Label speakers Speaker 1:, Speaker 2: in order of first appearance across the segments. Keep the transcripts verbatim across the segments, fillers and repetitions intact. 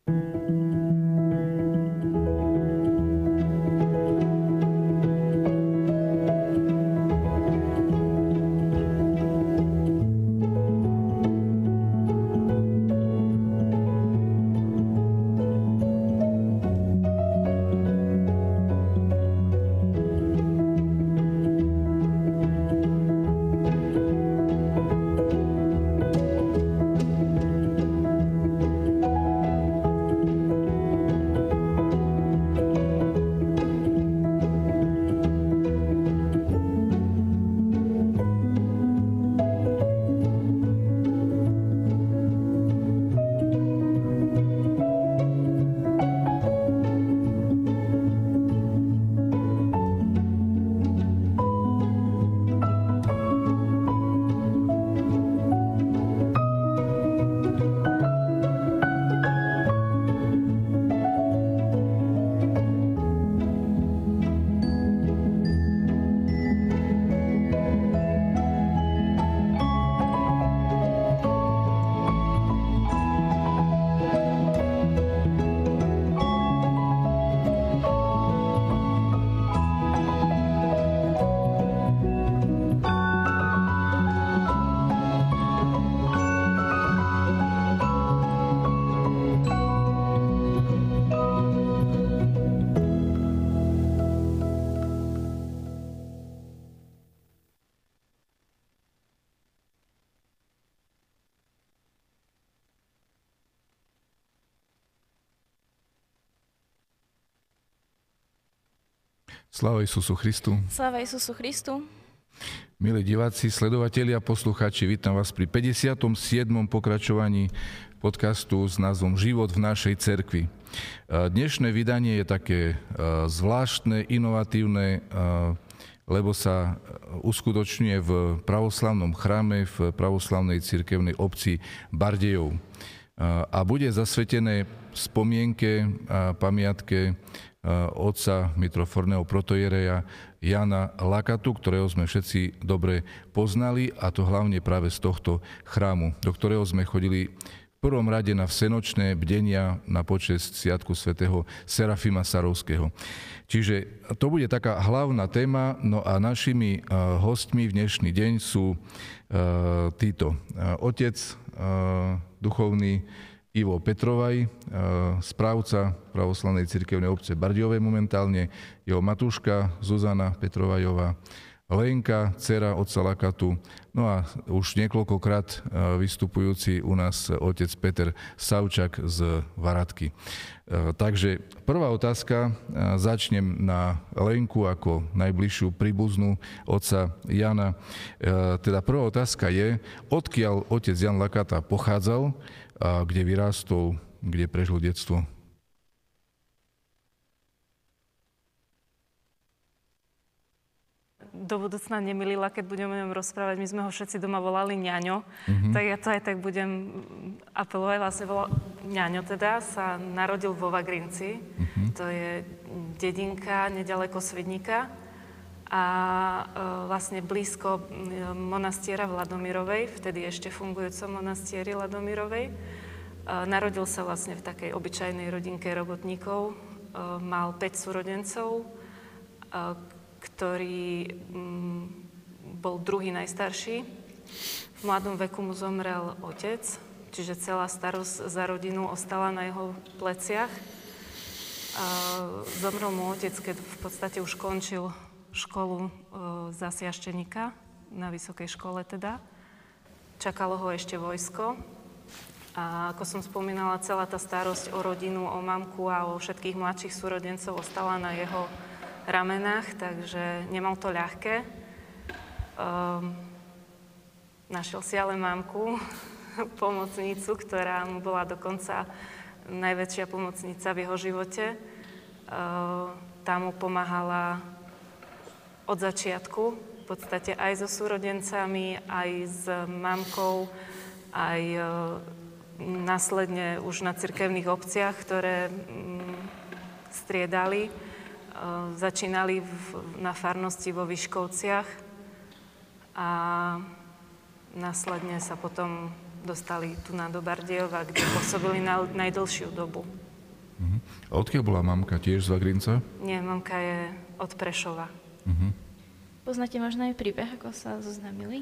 Speaker 1: Sláva Isusu Christu.
Speaker 2: Sláva Isusu Christu.
Speaker 1: Milí diváci, sledovatelia, poslucháči, vítam vás pri päťdesiatom siedmom pokračovaní podcastu s názvom Život v našej cerkvi. Dnešné vydanie je také zvláštne, inovatívne, lebo sa uskutočňuje v pravoslavnom chráme v pravoslavnej cirkevnej obci Bardejov. A bude zasvetené spomienke a pamiatke otca mitroforného protojereja Jana Lakatu, ktorého sme všetci dobre poznali, a to hlavne práve z tohto chrámu, do ktorého sme chodili v prvom rade na vsenočné bdenia na počesť sviatku svätého Serafima Sarovského. Čiže to bude taká hlavná téma, no a našimi hostmi v dnešný deň sú títo. Otec duchovný Ivo Petrovaj, správca pravoslavnej cirkevnej obce Bardejove momentálne, jeho matúška Zuzana Petrovajová, Lenka, dcera otca Lakatu, no a už niekoľkokrát vystupujúci u nás otec Peter Savčak z Varadky. Takže prvá otázka, začnem na Lenku ako najbližšiu príbuznú otca Jana. Teda prvá otázka je, odkiaľ otec Jan Lakata pochádzal, a kde vyrástol, kde prežil detstvo?
Speaker 3: Do budúcna nemilila, keď budeme o ňom rozprávať. My sme ho všetci doma volali Ňaňo, mm-hmm. tak ja to aj tak budem apelovať. Vlastne volal, Ňaňo teda sa narodil vo Vagrinci, mm-hmm. to je dedinka nedaleko Svidníka a e, vlastne blízko e, monastiera v Ladomirovej, vtedy ešte fungujúcom monastieri Ladomirovej. E, narodil sa vlastne v takej obyčajnej rodinke robotníkov, e, mal päť súrodencov, e, ktorý mm, bol druhý najstarší. V mladom veku mu zomrel otec, čiže celá starosť za rodinu ostala na jeho pleciach. E, zomrel mu otec, keď v podstate už končil školu e, za sviašteníka, na vysokej škole teda. Čakalo ho ešte vojsko. A ako som spomínala, celá tá starosť o rodinu, o mamku a o všetkých mladších súrodencov ostala na jeho ramenách, takže nemal to ľahké. E, našiel si ale mamku, pomocnicu, ktorá mu bola dokonca najväčšia pomocnica v jeho živote. E, tá mu pomáhala od začiatku, v podstate aj so súrodencami, aj s mamkou, aj e, následne už na cirkevných obciach, ktoré m, striedali. E, začínali v, na farnosti vo Vyškovciach a následne sa potom dostali tu na do Bardejova, kde pôsobili na, najdlhšiu dobu.
Speaker 1: Uh-huh. A odkiaľ bola mamka? Tiež z Vagrinca?
Speaker 3: Nie, mamka je od Prešova.
Speaker 1: Uh-huh.
Speaker 2: Poznáte možno aj príbeh, ako sa zoznámili?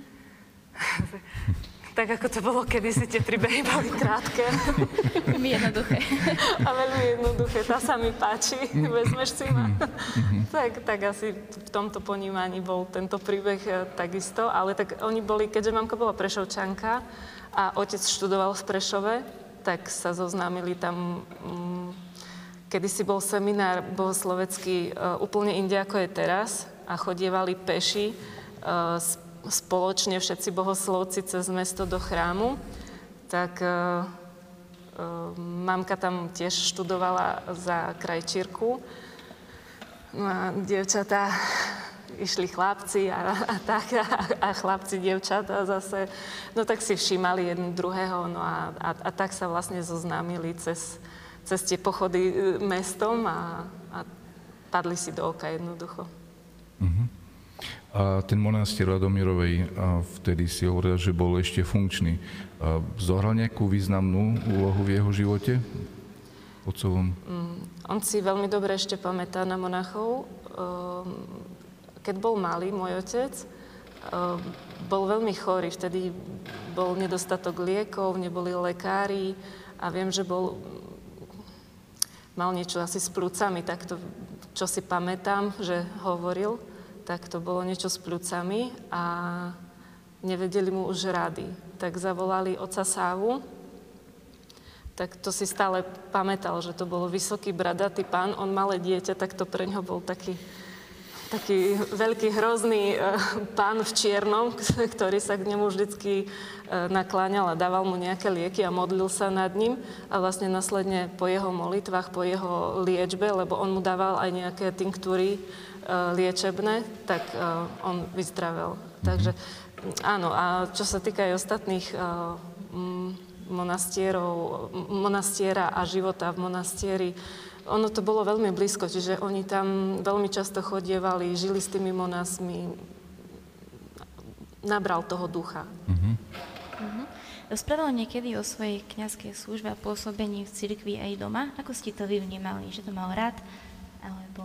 Speaker 3: Tak ako to bolo kedysi, tie príbehy boli krátke.
Speaker 2: Veľmi jednoduché.
Speaker 3: A veľmi jednoduché, tá sa mi páči, vezmeš si ma. tak, tak asi v tomto ponímaní bol tento príbeh takisto, ale tak oni boli, keďže mamka bola Prešovčanka a otec študoval v Prešove, tak sa zoznámili tam, um, kedysi bol seminár bohoslovecký uh, úplne inde ako je teraz a chodievali peši uh, spoločne všetci bohoslovci cez mesto do chrámu, tak e, e, mamka tam tiež študovala za krajčírku. No a dievčatá išli chlapci a, a tak, a, a chlapci, dievčatá zase, no tak si všímali jeden druhého, no a, a, a tak sa vlastne zoznámili cez, cez tie pochody mestom a, a padli si do oka jednoducho.
Speaker 1: Mhm. A ten monastier Radomirovej, a vtedy si hovoril, že bol ešte funkčný. A zohral nejakú významnú úlohu v jeho živote? Otcovom?
Speaker 3: Mm, on si veľmi dobre ešte pamätá na monachov. Keď bol malý, môj otec, bol veľmi chorý. Vtedy bol nedostatok liekov, neboli lekári a viem, že bol, mal niečo asi s pľúcami, tak to, čo si pamätám, že hovoril. Tak to bolo niečo s pľúcami a nevedeli mu už rady. Tak zavolali otca Sávu, tak to si stále pamätal, že to bol vysoký, bradatý pán, on malé dieťa, tak to pre ňo bol taký, taký veľký, hrozný uh, pán v čiernom, ktorý sa k nemu vždycky uh, nakláňal a dával mu nejaké lieky a modlil sa nad ním a vlastne následne po jeho molitvách, po jeho liečbe, lebo on mu dával aj nejaké tinktúry liečebné, tak uh, on vyzdravel. Mm-hmm. Takže áno, a čo sa týka aj ostatných uh, monastierov, monastiera a života v monastieri, ono to bolo veľmi blízko, čiže oni tam veľmi často chodievali, žili s tými monasmi, nabral toho ducha. Mm-hmm.
Speaker 2: Mm-hmm. Rozprával niekedy o svojej kňazskej službe a pôsobení v cirkvi aj doma? Ako ste to vy vnímali? Že to mal rád? Alebo...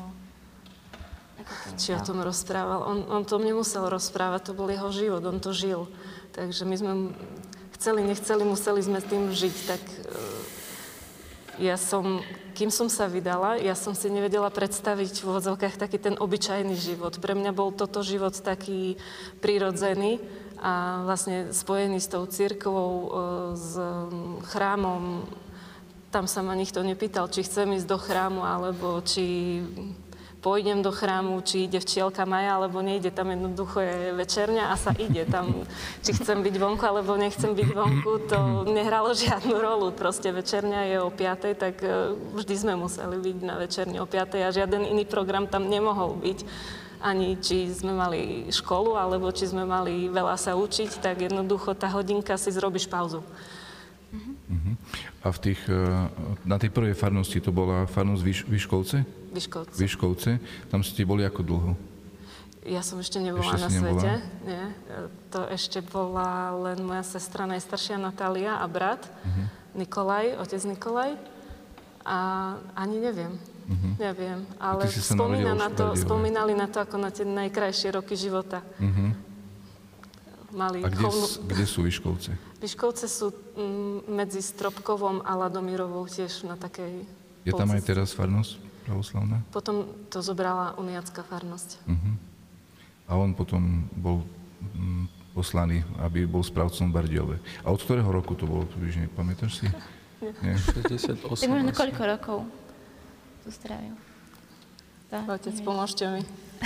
Speaker 3: Či o tom rozprával. On, on to nemusel rozprávať, to bol jeho život, on to žil. Takže my sme chceli, nechceli, museli sme s tým žiť. Tak ja som, kým som sa vydala, ja som si nevedela predstaviť v úvodzovkách taký ten obyčajný život. Pre mňa bol toto život taký prirodzený a vlastne spojený s tou cirkvou, s chrámom. Tam sa ma nikto nepýtal, či chcem ísť do chrámu, alebo či pôjdem do chrámu, či ide včielka Maja, alebo nejde. Tam jednoducho je večerňa a sa ide. Tam, či chcem byť vonku, alebo nechcem byť vonku, to nehralo žiadnu rolu. Proste večerňa je o piatej, tak vždy sme museli byť na večerni o piatej a žiaden iný program tam nemohol byť. Ani či sme mali školu, alebo či sme mali veľa sa učiť, tak jednoducho tá hodinka si zrobíš pauzu.
Speaker 1: Uh-huh. A v tých, na tej prvej farnosti to bola farnosť Vyš, Vyškovce?
Speaker 3: Vyškovce.
Speaker 1: Vyškovce. Tam ste boli ako dlho?
Speaker 3: Ja som ešte nebola ešte na svete. Nie. To ešte bola len moja sestra najstaršia Natália a brat uh-huh. Nikolaj, otec Nikolaj. A ani neviem. Uh-huh. Neviem. Ale spomína na to, spomínali na to ako na tie najkrajšie roky života. Uh-huh. Mali
Speaker 1: a kde,
Speaker 3: chovnú...
Speaker 1: kde sú Vyškovce?
Speaker 3: Vyškovce sú m, medzi Stropkovom a Ladomirovou tiež na takej
Speaker 1: Je tam aj teraz farnosť pravoslavná?
Speaker 3: Potom to zobrala uniacká farnosť. Uh-huh.
Speaker 1: A on potom bol m, poslaný, aby bol správcom v Bardejove. A od ktorého roku to bolo? Približne, pamätáš si? Nie.
Speaker 2: šesťdesiatosem. Tak možno koľko rokov tu strávil?
Speaker 3: Otec, pomôžte mi.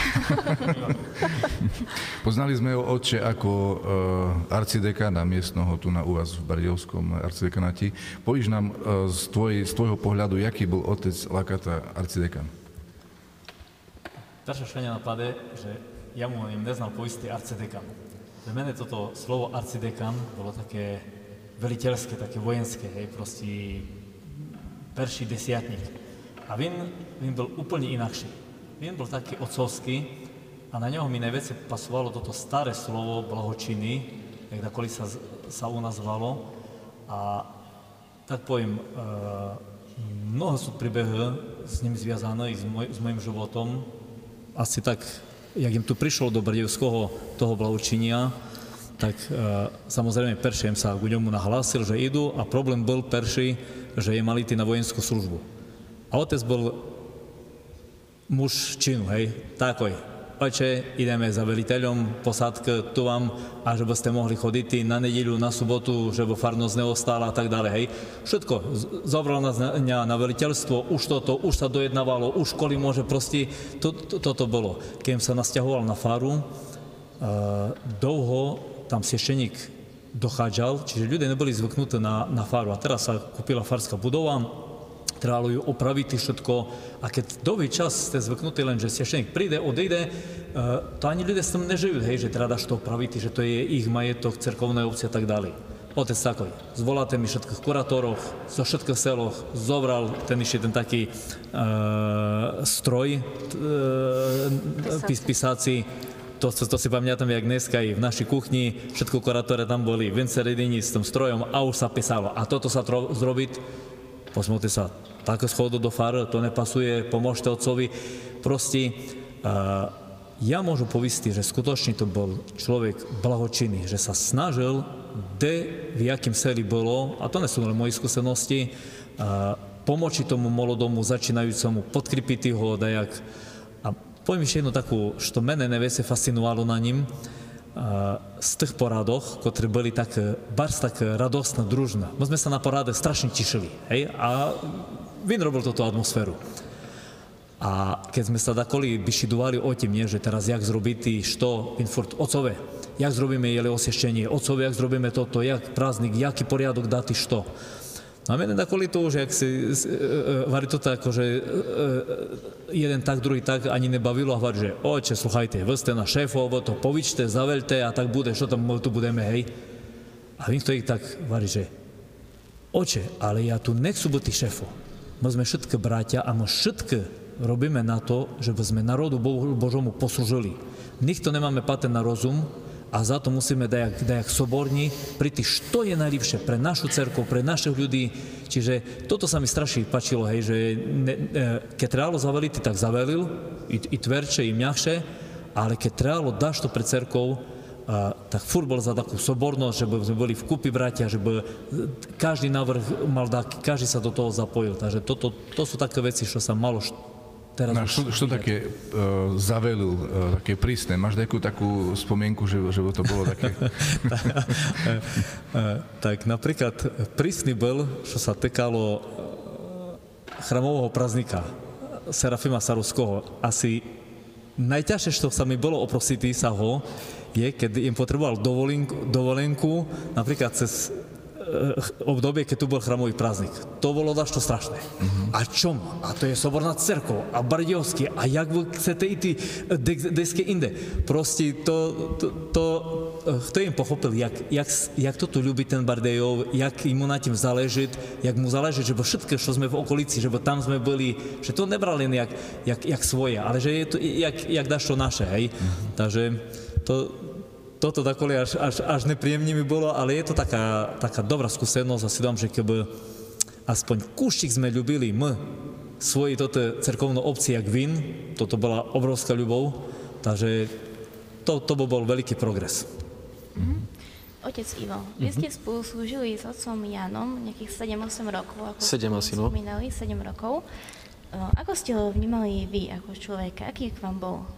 Speaker 1: Poznali sme ho, otče, ako uh, arcidekána miestneho tu na u vás v Bardejovskom arcidekánáti. Povíš nám uh, z, tvoj, z tvojho pohľadu, jaký bol otec Lakata arcidekán?
Speaker 4: Перше, що мені нападе, що я му не знав повісти арцидекан. Для мене toto slovo arcidekán bolo také veliteľské, také vojenské, hej, proste perší desiatník. A він, він bol úplne inakší. Він bol taký otcovský a na neho mi najviac pasovalo toto staré slovo blahočiny, jak dakoli sa, sa u nás zvalo, A tak poviem, mnoho sú príbehy s ním zviazané i s, moj, s mojim životom. Asi tak, jak im tu prišlo do Brdejovského toho blahočinia, tak e, samozrejme peršiem sa k ňomu nahlásil, že idú a problém bol perší, že je mali ísť na vojenskú službu. A otec bol muž činu, hej, takoj. Oče, ideme za veliteľom, posádka tu vám, a že by ste mohli chodiť na nedelu, na sobotu, že by farnosť neostala a tak ďalej, hej. Všetko, zobral nás na, na veliteľstvo, už toto, už sa dojednávalo, už školy môže proste, to, to, toto bolo. Keď sa nasťahoval na faru, uh, dlho tam svešteník dochádzal, čiže ľudia neboli zvyknutí na, na faru. A teraz sa kúpila farská budova, trebalo ju opraviť všetko. A keď dlhý čas ste zvyknutí len, že svešteník príde, odejde, to ani ľudia s tým nežijú, hej, že treba dáš to opraviť, že to je ich majetok, cerkovné obce a tak ďalej. Otec takoj, zvoláte mi všetkých kuratoroch, zo všetkých seloch, zobral ten ešte ten taký uh, stroj uh, pis, pisáci, to, to, to si pamätám, jak dneska i v našej kuchni, všetko kuratore tam boli, vinceredini s tým strojom a už sa písalo. A toto sa tro, zrobiť, posmúte sa, také schodu do far, to nepasuje, pomôžte otcovi. Proste, uh, ja môžu povistiť, že skutočne to bol človek blahočinný, že sa snažil, kde v jakým seli bolo, a to nie sú len moje skúsenosti, uh, pomoči tomu molodomu, začínajúcemu, podkrypiť ho, dajak. A poviem ešte jednu takú, što mene nevese fascinovalo na ním, uh, z tých poradoch, ktoré boli tak, bars tak radostná, družná. My sme sa na porade strašne tišili, hej, a vin robil túto atmosféru. A keď sme sa dakoli bišidovali o tým, nie, že teraz jak zrobiť što, vin furt, ocove, jak zrobíme jele osvieščenie, ocove, jak zrobíme toto, jak prázdnik, jaký poriadok dati što. No a mene dakoli to už, jak si vari to tak, že jeden tak, druhý tak ani nebavilo a hovorí, že oče, sluchajte, vy ste na šéfovo, to povičte, zavelte a tak bude, čo tam tu budeme, hej. A vin to ich tak hovorí, že oče, ale ja tu nechcú byť šéfo. My sme všetky bratia a my všetky robíme na to, že by sme národu Božomu poslúžili. Nikto nemáme patent na rozum a za to musíme dajak, dajak soborní priti što je najlepšie pre našu cerkev, pre našich ľudí. Čiže toto sa mi strašne páčilo, hej, že ne, ne, keď trebalo zaveliť, tak zavelil, i, i tverče, i mňahšie, ale keď trebalo dáš to pre cerkev, a, tak furt bol za takú sobornosť, že by sme boli vkupy bratia, že by každý návrh mal dať, každý sa do toho zapojil. Takže toto, to sú také veci, čo sa malo teraz
Speaker 1: no, čo, čo také uh, zavelil, uh, také prísne? Máš nejakú takú spomienku, že, že to bolo také?
Speaker 4: Tak napríklad prísny bol, čo sa týkalo chramového praznika Serafima Sarovského. Asi najťažšie, čo sa mi bolo oprosiť sa ho, je, keď im potreboval dovolenku, dovolenku napríklad cez obdobie, keď tu bol chramový prázdnik. To bolo dašto strašné. Uh-huh. A čom? A to je soborná cerkov a Bardejovský. A jak vy chcete ísť deske inde? Proste to, to, to kto im pochopil, jak, jak, jak to tu ľubí ten Bardejov, jak mu na tým záleží, jak mu záleží, že všetko, čo sme v okolici, že tam sme boli, že to nebrali len jak, jak, jak svoje, ale že je to jak, jak dašto naše, hej? Uh-huh. Takže to toto takoli až, až, až nepríjemne mi bolo, ale je to taká, taká dobrá skúsenosť a si dám, že keby aspoň kúštik sme ľubili my svoji toto cerkovnú obci jak vin, toto bola obrovská ľubov, takže to, to by bol veľký progres.
Speaker 2: Mm-hmm. Otec Ivo, vy ste spolu slúžili s otcom Jánom nejakých sedem osem rokov, ako
Speaker 5: sedem asi, no.
Speaker 2: spomínali, sedem rokov. Ako ste ho vnímali vy ako človeka? Aký k vám bol?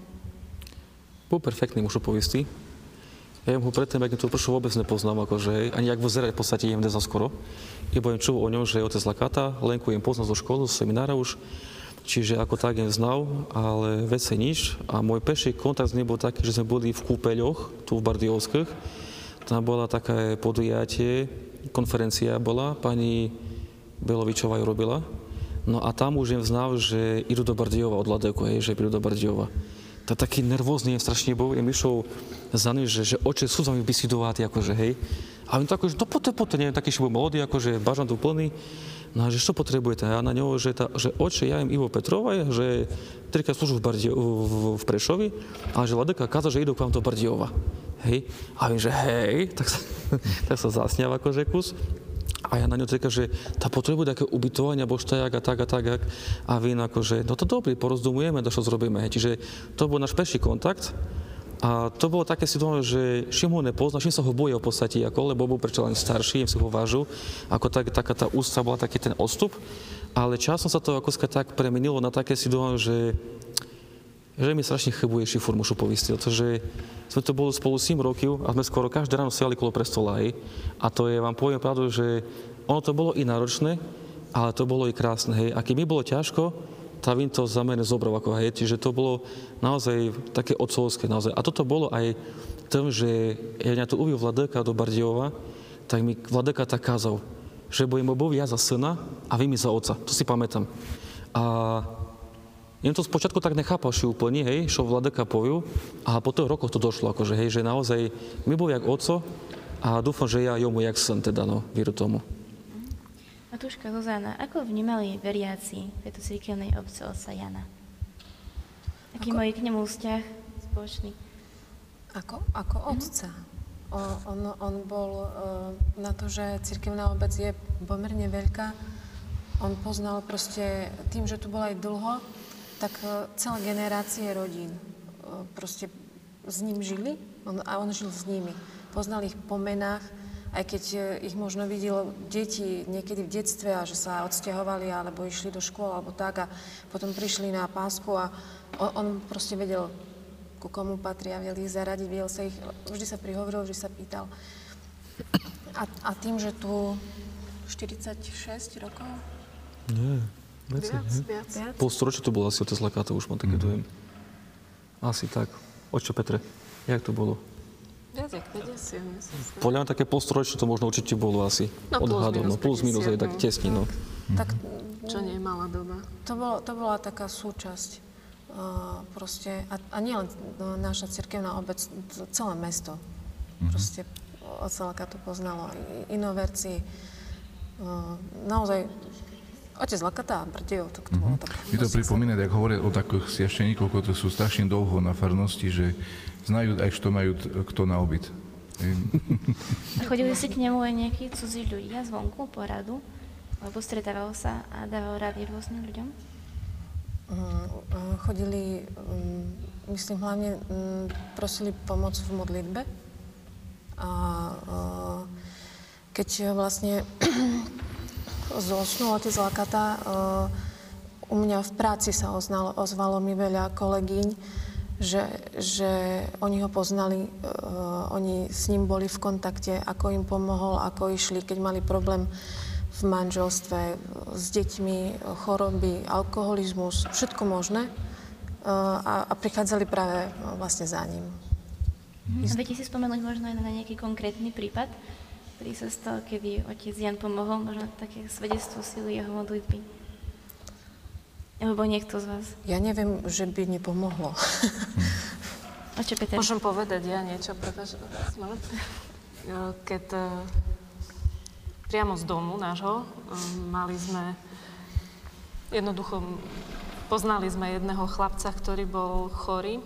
Speaker 5: Bol perfektný muž povistý. Ja ho predtým, ak to pršo vôbec nepoznám, akože ani ak vo zere v podstate jem neznal skoro. Iba im čuval o ňom, že je otec Lakata, Lenku jem poznal zo školy, z seminára už, čiže ako tak jem znal, ale vece nič. A môj peší kontakt s ním bol taký, že sme boli v kúpeľoch, tu v Bardejovských. Tam bola také podujatie, konferencia bola, pani Belovičová ju robila. No a tam už jem znal, že idú do Bardejova od Ladeku, hej, že idú do Bardejova. To taký nervózny jem strašne bol, jem išiel za ním, že, že oče, sú s vami bisidovať, akože, hej. A on tak, že to poďte, poďte, neviem, taký, že bol mladý, akože bažant úplný. No a že čo potrebujete? A ja na ňo, že, ta, že oče, ja jem Ivo Petrovaj, že trikrát slúžu v, Bardie, v, v Prešovi, ale že Ladeka kázal, že idú k vám do Bardejova. Hej. A viem, že hej, tak sa, tak sa zasňal akože kus. A ja na ňu říkam, že tá potrebuje také ubytovanie, alebo štajak a tak a tak. A vy akože, no to dobrý, porozdumujeme, to čo zrobíme. Čiže to bol náš prvý kontakt. A to bolo také situácie, že šim ho nepoznal, šim sa ho bojil v podstate, ako, lebo bol prečo len starší, im si ho vážil. Ako tak, taká tá ústa bola taký ten odstup. Ale časom sa to ako tak premenilo na také situácie, že že mi strašne chybuje šifur, môžu povieť. Pretože sme to boli spolu sedem rokov a sme skoro každé ráno sedeli kolo prestola. Hej. A to je, vám poviem pravdu, že ono to bolo i náročné, ale to bolo i krásne. Hej. A keď mi bolo ťažko, tá vin to za mene zobral. Ako, hej. Čiže to bolo naozaj také otcovské. Naozaj. A toto bolo aj tým, že ja mňa tu uviel Vladeka do Bardejova, tak mi Vladeka tak kázal, že budem Boh ja za syna a vy mi za otca. To si pamätám. A jem to spočiatku tak nechápal si úplne, hej, čo Vladeka povie, a po tých rokoch to došlo, akože, hej, že naozaj mi bol jak oco a dúfam, že ja jomu jak syn, teda, no, víru tomu.
Speaker 2: Matúška, Zuzana, ako vnímali veriaci tejto cirkevnej obce otca Jana? Aký majú k nemu vzťah spoločný?
Speaker 6: Ako, ako otca. O, on, on bol uh, na to, že cirkevná obec je pomerne veľká. On poznal proste, tým, že tu bol aj dlho, tak celé generácie rodín proste s ním žili on, a on žil s nimi. Poznal ich po menách, aj keď ich možno videl deti niekedy v detstve a že sa odsťahovali alebo išli do škôl alebo tak a potom prišli na pásku a on, on proste vedel, ku komu patria, vedel ich zaradiť, vedel sa ich, vždy sa prihovoril, vždy sa pýtal. A, a tým, že tu štyridsaťšesť rokov?
Speaker 5: Nie. Viac,
Speaker 6: viac, viac.
Speaker 5: Pol storočia to bolo asi otec Lakáta, už mám také mm. dojem. Asi tak. Očo Petre, jak to bolo?
Speaker 3: Viac jak päťdesiat, myslím si.
Speaker 5: Podľa mňa také pol storočia to možno určite bolo asi.
Speaker 3: No
Speaker 5: odhadom, no plus minus aj tak tesne, no.
Speaker 6: Tak,
Speaker 3: čo nie je malá doba.
Speaker 6: To, bolo, to bola taká súčasť. Uh, proste, a, a nie len no, naša cirkevná obec, celé mesto. Mm. Proste otca Lakáta to poznalo. Inoverci. Uh, naozaj otec Lakáta a Brdejov, to, to mm-hmm. bolo tak.
Speaker 1: Mi to pripomína, jak hovoria o takých svešteníkoch, ktorí sú strašne dlho na farnosti, že znajú aj, čo majú kto na obyt.
Speaker 2: A chodili si k nemu aj nejakí cudzí ľudia zvonku po radu? Alebo stretával sa a dával rady rôznym ľuďom?
Speaker 6: Um, chodili, um, myslím, hlavne um, prosili pomoc v modlitbe. A uh, keď vlastne zosnul otec Lakáta, uh, u mňa v práci sa oznalo, ozvalo mi veľa kolegyň, že, že oni ho poznali, uh, oni s ním boli v kontakte, ako im pomohol, ako išli, keď mali problém v manželstve, s deťmi, choroby, alkoholizmus, všetko možné. Uh, a, a prichádzali práve uh, vlastne za ním.
Speaker 2: A viete si spomenúť možno aj na nejaký konkrétny prípad, ktorý sa stal, kedy otec Jan pomohol, možno také svedectvo sily jeho modlitby? Alebo niekto z vás?
Speaker 6: Ja neviem, že by nepomohlo.
Speaker 2: Oče Peter.
Speaker 3: Môžem povedať ja niečo, pretože keď priamo z domu nášho mali sme, jednoducho poznali sme jedného chlapca, ktorý bol chorý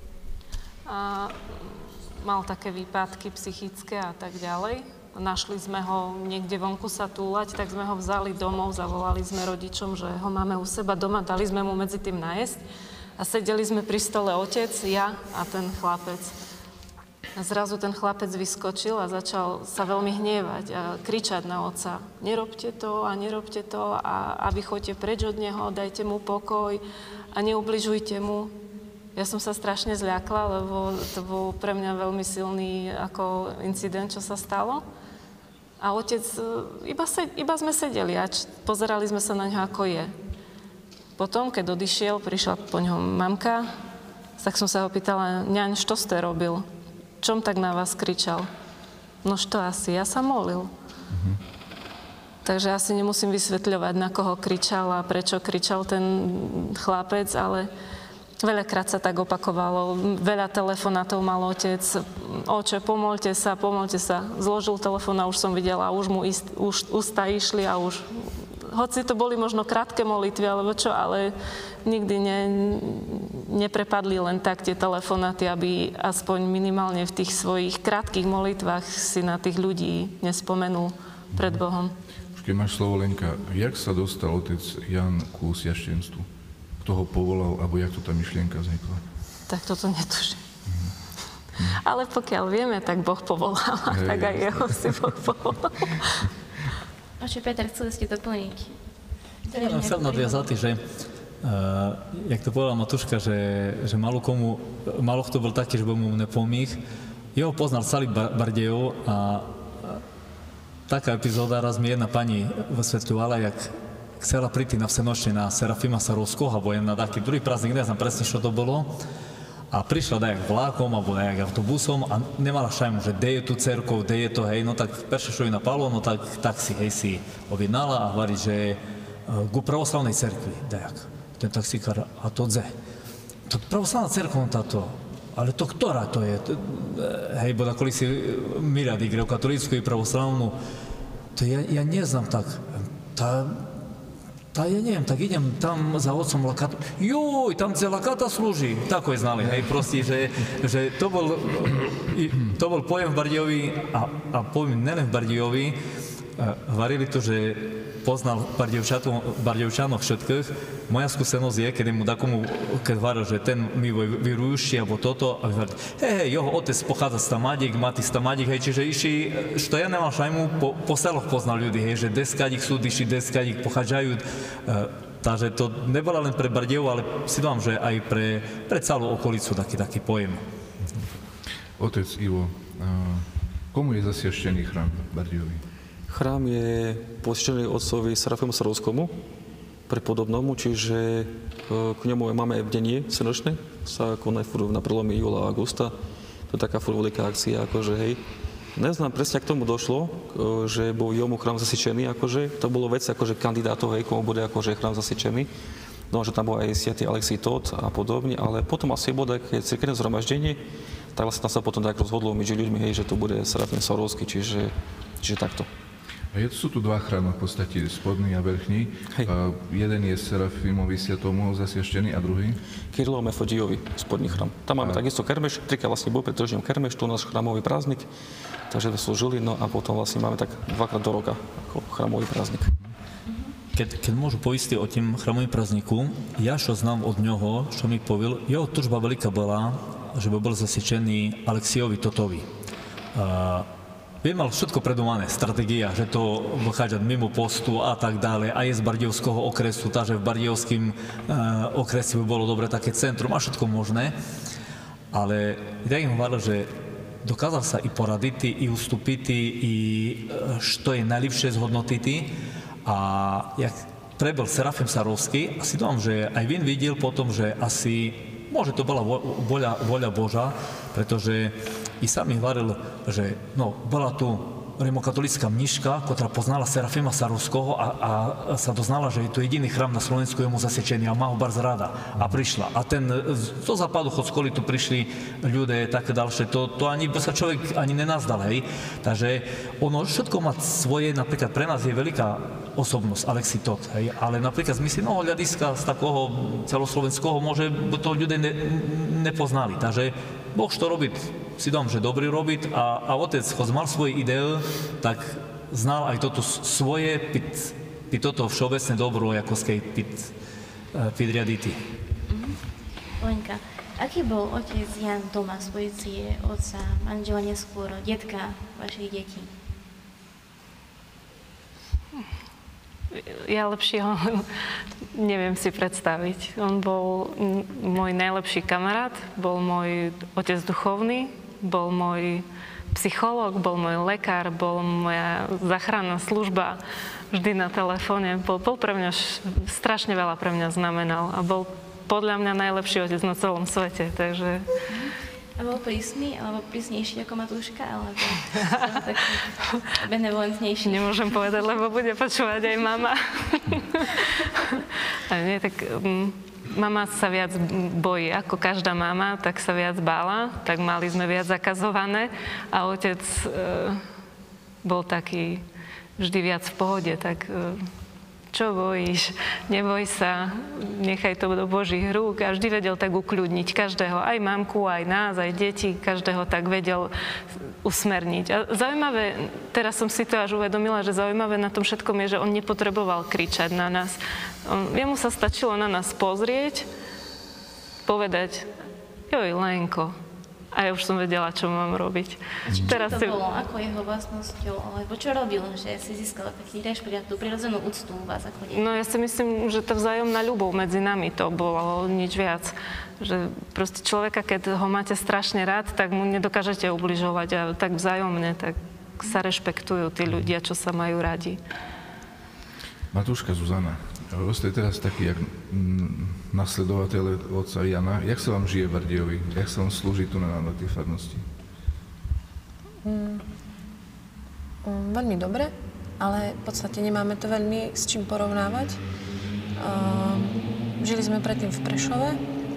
Speaker 3: a mal také výpadky psychické a tak ďalej. Našli sme ho niekde vonku sa túlať, tak sme ho vzali domov, zavolali sme rodičom, že ho máme u seba doma, dali sme mu medzi tým najesť a sedeli sme pri stole otec, ja a ten chlapec. A zrazu ten chlapec vyskočil a začal sa veľmi hnievať a kričať na otca. Nerobte to a nerobte to a, a vy choďte preč od neho, dajte mu pokoj a neubližujte mu. Ja som sa strašne zľakla, lebo to bol pre mňa veľmi silný ako incident, čo sa stalo. A otec, iba, se, iba sme sedeli a č- pozerali sme sa na ňo, ako je. Potom, keď odišiel, prišla po ňom mamka, tak som sa ho pýtala, ňaň, čo ste robil? Čom tak na vás kričal? No što asi, ja sa molil. Mm-hmm. Takže asi nemusím vysvetľovať, na koho kričal a prečo kričal ten chlapec, ale veľakrát sa tak opakovalo, veľa telefonátov mal otec, oče, pomôžte sa, pomôžte sa. Zložil telefón a už som videla, už mu ist, už ústa išli a už, hoci to boli možno krátke molitvy, alebo čo, ale nikdy ne, neprepadli len tak tie telefonáty, aby aspoň minimálne v tých svojich krátkych molitvách si na tých ľudí nespomenul. pred Bohom.
Speaker 1: Už keď máš slovo, Lenka, jak sa dostal otec Jan ku sviaštenstvu? Kto ho povolal, alebo jak tu tá myšlienka vznikla?
Speaker 3: Tak toto netuším. Ale pokiaľ vieme, tak Boh povolal, hey, tak aj jeho si Boh povolal.
Speaker 2: Oče, Peter, chceli ste doplniť?
Speaker 4: Ja som chcel nadviazať, že uh, jak to povedala Matuška, že, že malo komu, malo kto bol taký, že by mu nepomích. Jeho poznal celý Bardejov a taká epizóda, raz mi jedna pani vysvetľovala, jak chcela prísť na Vsenočne na Serafima Sarovského, alebo jen na taký druhý prázdnik, neznám presne, čo to bolo. A prišla dajak vlákom alebo dajak autobusom a nemala šajmu, že kde je tu cerkov, kde je to, hej, no tak perše, čo ju napadlo, no tak, tak si, hej, si objednala a hovorí, že ku pravoslavnej cerkvi, dajak. Ten taxikár, a to dze. To pravoslavná cerkva, no táto, ale to ktorá to je? Hej, bo takoli si mirady gre, katolícku i pravoslavnú, to ja, ja neznám tak, tá, tá, ja neviem, tak idem tam za otcom Lakata. Juj, tam kde Lakata slúži. Tako je znali, hej, proste, že, že to bol, to bol pojem v Bardejovi a, a pojem nelen v Bardejovi. Varili to, že poznal Bardejovčanov všetkých. Moja skúsenosť je, keď mu takomu, keď varil, že ten mi vyrujúši, alebo toto, a vyvaril, hej, hej, jeho otec pochádza z Tamadík, mati z Tamadík, hej, čiže iši, što ja nemal šajmu, po, po seloch poznal ľudí, hej, že deskadík sú, iši deskadík pochádzajú, e, takže to nebola len pre Bardejov, ale si dám, že aj pre, pre celú okolicu taký, taký pojem.
Speaker 1: Otec Ivo, komu je zasviaštený chrám v Bardejovi?
Speaker 5: Chrám je posvetený otcovi Serafimu Sarovskému, prepodobnomu, čiže k nemu máme bdenie senočné, sa koná na prelome júla a augusta. To je taká furt veľká akcia, akože hej. Neznám presne, ak tomu došlo, že bol jomu chrám zasičený, akože to bolo vec akože kandidátov, hej, komu bude akože chrám zasičený. No, že tam bol aj svätý Alexij Tóth a podobne, ale potom asi bolo také cirkevné zhromaždenie, tak vlastne tam sa potom tak rozhodlo medzi ľuďmi, hej, že to bude Serafim Sarovský, čiže, čiže takto.
Speaker 1: A je, sú tu dva chrámy v podstate, spodný a vrchný. A jeden je Serafimovi Sviatomu zasviaštený a druhý?
Speaker 5: Kyrilovi Mefodiovi, spodný chrám. Tam máme a... takisto kermeš, trikrát vlastne bol pred týždňom kermeš, tu náš chrámový prázdnik, takže sme slúžili, no a potom vlastne máme tak dvakrát do roka ako chrámový prázdnik.
Speaker 4: Keď, keď môžu poistiť o tým chrámovým prázdniku, ja čo znám od ňoho, čo mi povedal, jeho tužba veľká bola, že by bol zasviaštený Alexijovi Tóthovi. A... Viem, mal všetko predúmané, stratégia, že to vychádza mimo postu a tak ďalej, aj z Bardejovského okresu, takže v Bardejovským e, okrese by bolo dobre také centrum a všetko možné. Ale ja im hovoril, že dokázal sa i poradiť, i ustúpiť, i što je najlepšie zhodnotiť. A jak prebel Serafim Sarovský, asi dám, že aj vin videl potom, že asi môže to bola voľa, voľa Boža, pretože i sám mi hovoril, že no, bola tu rimokatolícka mniška, ktorá poznala Serafima Sarovského a, a sa doznala, že je to jediný chrám na Slovensku, je mu zasečený a má ho bardzo rada. A prišla. A ten, zo západu od školy tu prišli ľudia, také ďalšie, to, to ani sa človek ani nenazdal, hej. Takže ono všetko má svoje, napríklad pre nás je veľká osobnosť, Alexij Tóth, hej, ale napríklad z mysleného hľadiska z takého celoslovenského môže to ľudia ne, nepoznali. Takže Boh čo robiť, si dám, že dobrý robiť a, a otec, hoď mal svoje ideje, tak znal aj toto svoje, pit, pit toto všeobecné dobro, ako skej pit, pit riaditi.
Speaker 2: Mm-hmm. Lenka, aký bol otec Jan doma z pozície otca, manžela neskôr, detka vašich detí?
Speaker 3: Ja lepšie ho neviem si predstaviť. On bol môj najlepší kamarát, bol môj otec duchovný, bol môj psychológ, bol môj lekár, bol moja záchranná služba vždy na telefóne. Bol, bol pre mňa, strašne veľa pre mňa znamenal a bol podľa mňa najlepší otec na celom svete, takže...
Speaker 2: A bol prísny, alebo prísnejší ako Matúška, alebo taký benevolentnejší?
Speaker 3: Nemôžem povedať, lebo bude počúvať aj mama. A nie, tak um, mama sa viac bojí, ako každá mama, tak sa viac bála, tak mali sme viac zakazované a otec uh, bol taký vždy viac v pohode, tak uh, čo bojíš, neboj sa, nechaj to do Božích rúk. A vždy vedel tak ukľudniť každého, aj mamku, aj nás, aj deti, každého tak vedel usmerniť. A zaujímavé, teraz som si to až uvedomila, že zaujímavé na tom všetkom je, že on nepotreboval kričať na nás. On, jemu sa stačilo na nás pozrieť, povedať, joj, Lenko. A ja už som vedela, čo mám robiť.
Speaker 2: Či
Speaker 3: Teraz
Speaker 2: to
Speaker 3: si...
Speaker 2: bolo? Ako jeho vlastnosťou? Alebo čo robil, že si získala taký rešpekt a tú prirodzenú úctu u vás ako dieťa?
Speaker 3: No ja si myslím, že tá vzájomná ľubov medzi nami to bolo nič viac. Že proste človeka, keď ho máte strašne rád, tak mu nedokážete ubližovať a tak vzájomne, tak sa rešpektujú tí ľudia, čo sa majú radi.
Speaker 1: Matúška Zuzana, vy ste teraz taký, jak mm, nasledovateľ otca Jana. Jak sa vám žije v Bardejove? Jak sa vám slúži tu na, na tej farnosti?
Speaker 6: Mm, mm, veľmi dobre, ale v podstate nemáme to veľmi s čím porovnávať. Uh, žili sme predtým v Prešove,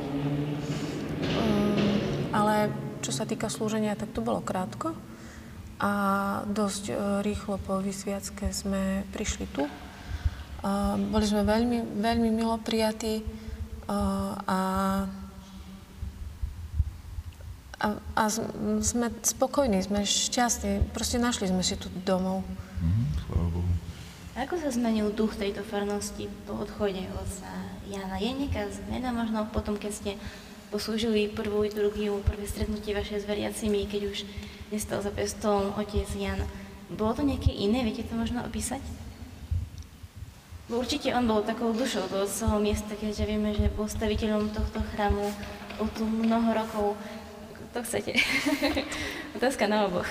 Speaker 6: um, ale čo sa týka slúženia, tak to bolo krátko a dosť uh, rýchlo po vysviacke sme prišli tu. Uh, boli sme veľmi, veľmi milo prijatí uh, a, a, a sme spokojní, sme šťastní. Proste našli sme si tu domov.
Speaker 1: Mhm, chvála Bohu.
Speaker 2: Ako sa zmenil duch tejto farnosti po odchode otca Jana? Je nejaká zmena možno potom, keď ste poslúžili prvú liturgiu, prvé stretnutie vaše s veriacimi, keď už nestal za prestolom otec Jan? Bolo to nejaké iné? Viete to možno opísať? Určite on bol takou dušou toho svojho miesta, keďže vieme, že bol staviteľom tohto chrámu o tu mnoho rokov. To chcete? Otázka na oboch.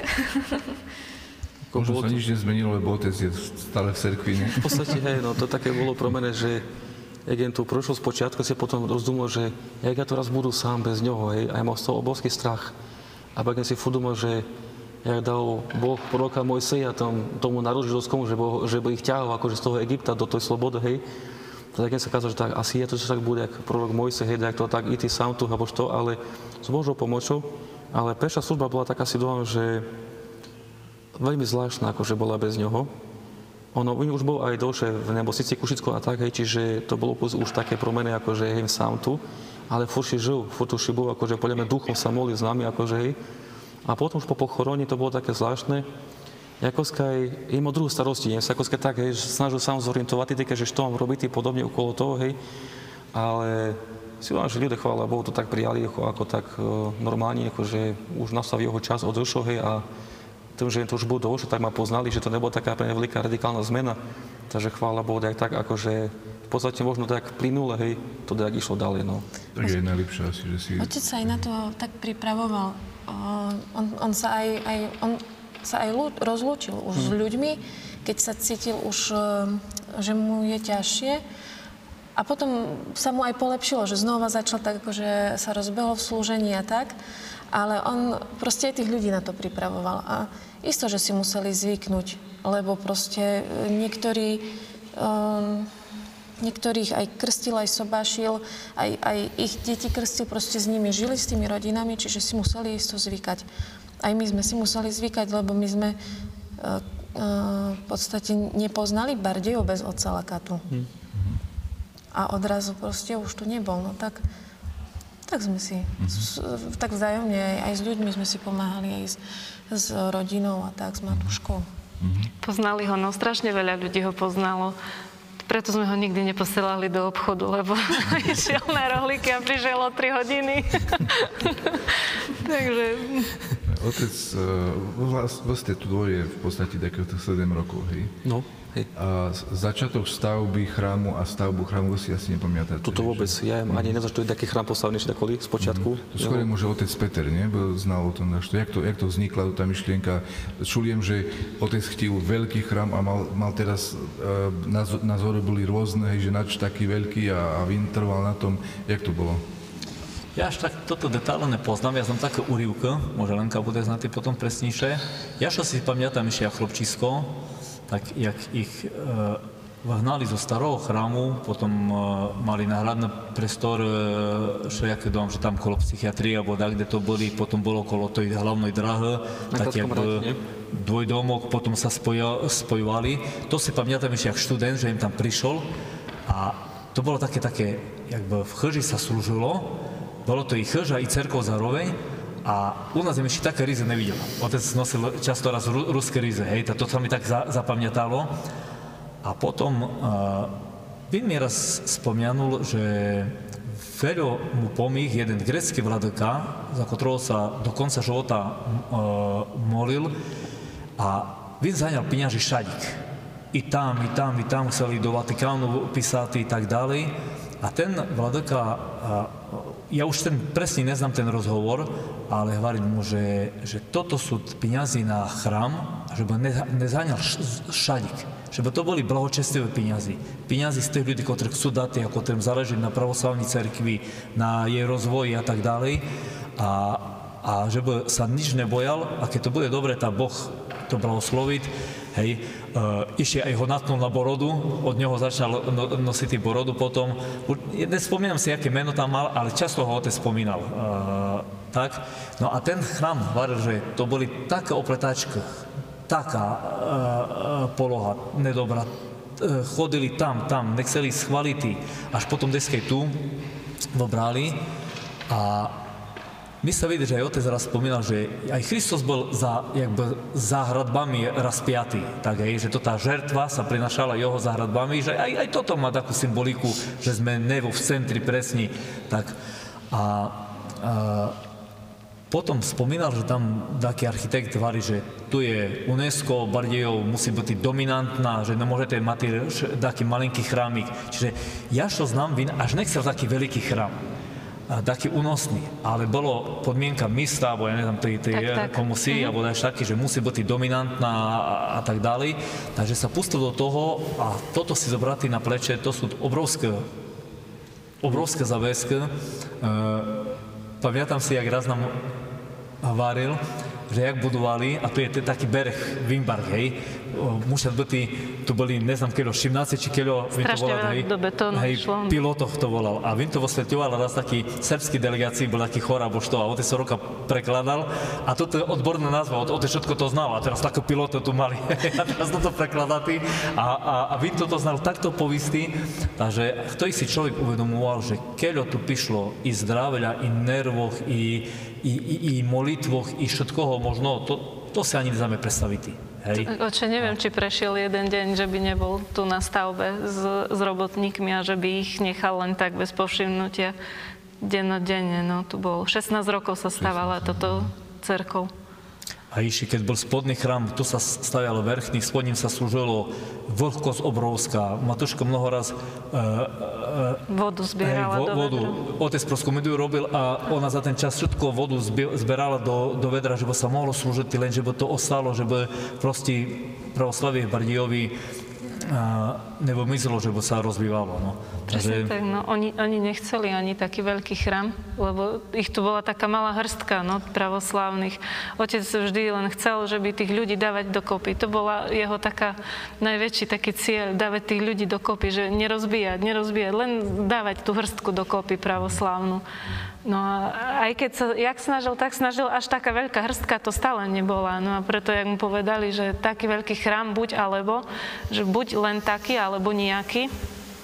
Speaker 1: Možno sa nič nezmenilo, lebo otec je stále v cerkvi, ne?
Speaker 5: V podstate, hej, no to také bolo pro mene, že jak jen tu prošlo spočiatku, si potom rozdumel, že jak ja to raz budu sám bez ňoho, hej, a ja mal z toho obrovský strach. A pak si fudumel, že jak dal Boh proroka Mojseja tom, tomu národu židovskému, že, že by ich ťahal akože z toho Egypta do tej slobody, hej. Tak sa kázal, že tak, asi je to, že tak bude, jak prorok Mojsej, hej, jak to tak i ty sám tu, alebo što, ale s Božou pomocou. Ale prvá služba bola taká, si dúfam, že veľmi zvláštna, akože bola bez ňoho. Ono, on už bol aj dlhšie v nemocnici Kušicko a tak, hej, čiže to bolo už také promene, akože hej, sám tu, ale furt si žil, furt už bol, akože podľa mňa duchom sa molil s nami, akože hej. A potom už po pochorení to bolo také zvláštne. Jakoskaj im o druhú starosti, nie sa akoskaj tak, hej, snažil sám zorientovať, týka, že čo mám robiť podobne okolo toho, hej. Ale si vám, že ľudia, chvála Bohu, to tak prijali ako, ako tak uh, normálne, akože už nastal jeho čas odešol, hej, a tým, že to už bol dlhšie, tak ma poznali, že to nebola taká pre mňa veľká radikálna zmena. Takže chvála Bohu, tak, tak akože v podstate možno tak plynule, hej, to tak išlo ďalej, no.
Speaker 1: Tak je najlepšie asi, že si...
Speaker 6: Otec sa aj na to tak pripravoval. Uh, on, on sa aj, aj, on sa aj ľud, rozlúčil už hmm. s ľuďmi, keď sa cítil už, uh, že mu je ťažšie. A potom sa mu aj polepšilo, že znova začal tak, akože sa rozbehol v slúžení a tak. Ale on proste aj tých ľudí na to pripravoval. A isto, že si museli zvyknúť, lebo proste niektorí... Um, Niektorých aj krstil, aj sobášil, aj, aj ich deti krstil, proste s nimi žili, s tými rodinami, čiže si museli isto zvykať. Aj my sme si museli zvykať, lebo my sme uh, uh, v podstate nepoznali Bardejov bez otca Lakatu. Hmm. A odrazu proste už tu nebol. No tak, tak sme si, hmm. s, tak vzájomne aj, aj s ľuďmi sme si pomáhali, aj s, s rodinou a tak, s Matúškou.
Speaker 1: Hmm.
Speaker 3: Poznali ho, no strašne veľa ľudí ho poznalo. Preto sme ho nikdy neposielali do obchodu, lebo išiel na rohlíky a prišiel o tri hodiny. Takže...
Speaker 1: Otec, vlastne tu dvoje v podstate takéto sedem rokov, hej?
Speaker 5: No, hej.
Speaker 1: A začiatok stavby chrámu a stavbu chrámu si asi nepamätáte.
Speaker 5: Toto vôbec, ja jem ani neznal, že to je taký chrám postavený štakoli z počiatku.
Speaker 1: Mm-hmm. To skôr je môže otec Peter, nie? Bo znal o tom, jak to, jak to vznikla tá myšlienka. Čuliem, že otec chtil veľký chrám a mal, mal teraz, názory boli rôzne, hej, že nač taký veľký a, a vytrval na tom. Jak to bolo?
Speaker 4: Ja až tak toto detálne nepoznám, ja znam také úryvky, môže Lenka bude znať potom presnejšie. Ja čo si pamätám ešte ja chlopčisko, tak jak ich e, hnali zo starého chrámu, potom uh, mali náhradný priestor, uh, všelijaké dom, že tam kolo psychiatrie, alebo tak, kde to boli, potom bolo kolo tej hlavnej dráhy, tak jak dvojdomok, potom sa spoja, spojovali. To si pamätám ešte ako študent, že im tam prišiel a to bolo také, také, jakby v chrži sa slúžilo, bolo to i chrž a i cerkov zároveň a u nás im ešte také ryze nevidel. Otec nosil často raz ru, ruské ryze, hej, to sa mi tak za, zapamätalo. A potom uh, Vin mi raz spomenul, že veľa mu pomých jeden grécky vladyka, za ktorého sa do konca života uh, molil a Vin zaňal peňaží šadik. I tam, i tam, i tam chceli do Vatikánu písať i tak ďalej. A ten vladyka, uh, ja už ten presne neznám ten rozhovor, ale hovorím mu, že, že toto sú peniazy na chrám, a že by nezaňal šadik. Že by to boli blahočestivé peniazy. Peniazy z tých ľudí, ktorí chcú dať, ako ktorým záleží na pravoslavnej cerkvi, na jej rozvoji a tak ďalej. A, a že by sa nič nebojal, a keď to bude dobre, tá Boh to blahosloviť, hej, uh, ešte aj ho natnul na borodu, od neho začal no, nosiť borodu potom. Nespomínam si, aké meno tam mal, ale často ho otec spomínal. Uh, tak. No a ten chrám hovoril, že to boli také opletačky, taká uh, poloha nedobrá. Uh, chodili tam, tam, nechceli schvaliť, až potom deskej tu dobrali. A my sa vidí, že aj otec raz spomínal, že aj Kristus bol za, jakby, za hradbami rozpiatý. Tak aj, že to tá žertva sa prinašala jeho za hradbami, že aj, aj toto má takú symboliku, že sme nevo v centri presni. Tak a, a potom spomínal, že tam taký architekt hovorí, že tu je UNESCO, Bardejov musí byť dominantná, že nemôžete mať taký malinký chrámik. Čiže ja čo znam, Vin až nechcel taký veľký chrám, taký únosný, ale bolo podmienka mista, alebo ja neviem, tej, tej komusí, mm-hmm. alebo až taký, že musí byť dominantná a, a tak ďalej. Takže sa pustil do toho a toto si zobratí na pleče, to sú obrovské, obrovské záväzky. Uh, Pamätám si, jak raz nám hovoril, že jak budovali, a tu je taký bereh Wimbark, hej, musel byť, tu boli, neznám, keľo, šimnáci či keľo,
Speaker 3: strašne veľa do betónu šlo.
Speaker 4: Pilotov to volal. A Vin to vosvetľoval, raz taký srbský delegácii bol taký chor, alebo što, a otec sa roka prekladal. A toto je odborná názva, otec všetko to znal, a teraz takú pilotov tu mali. A teraz toto prekladatý. A, a, a Vin toto znal takto povistý, takže ktorý si človek uvedomoval, že keľo tu prišlo i zdravia, i nervoch, i, i, i, i molitvoch, i všetkoho možno, to, to si ani nezáme predstaviť. Hej.
Speaker 3: Oče, neviem, či prešiel jeden deň, že by nebol tu na stavbe s, s robotníkmi a že by ich nechal len tak bez povšimnutia dennodenne. No, tu bol šestnásť rokov sa stávala toto cerkou.
Speaker 4: A ešte, keď bol spodný chrám, tu sa stavialo vrchný, spodním sa slúžilo vlhkosť obrovská. Matuška mnoho raz uh, uh,
Speaker 3: vodu zbierala hej, vo, do vodu. Vedra. Otec proskomédiu robil a ona za ten čas všetko vodu zbierala do, do vedra, že by sa mohlo slúžiť, len že by to ostalo, že by proste pravoslavie v Bardijovi nebo myslelo, že by sa rozbývalo. No. Presne Takže... tak, no. Oni, oni nechceli ani taký veľký chrám, lebo ich tu bola taká malá hrstka, no, pravoslávnych. Otec vždy len chcel, že by tých ľudí dávať dokopy. To bola jeho taká najväčší taký cieľ, dávať tých ľudí dokopy, že nerozbíjať, nerozbíjať, len dávať tú hrstku dokopy pravoslávnu. No a aj keď sa jak snažil, tak snažil, až taká veľká hrstka to stále nebola. No a preto, jak mu povedali, že taký veľký chrám buď alebo, že buď len taký, alebo nejaký,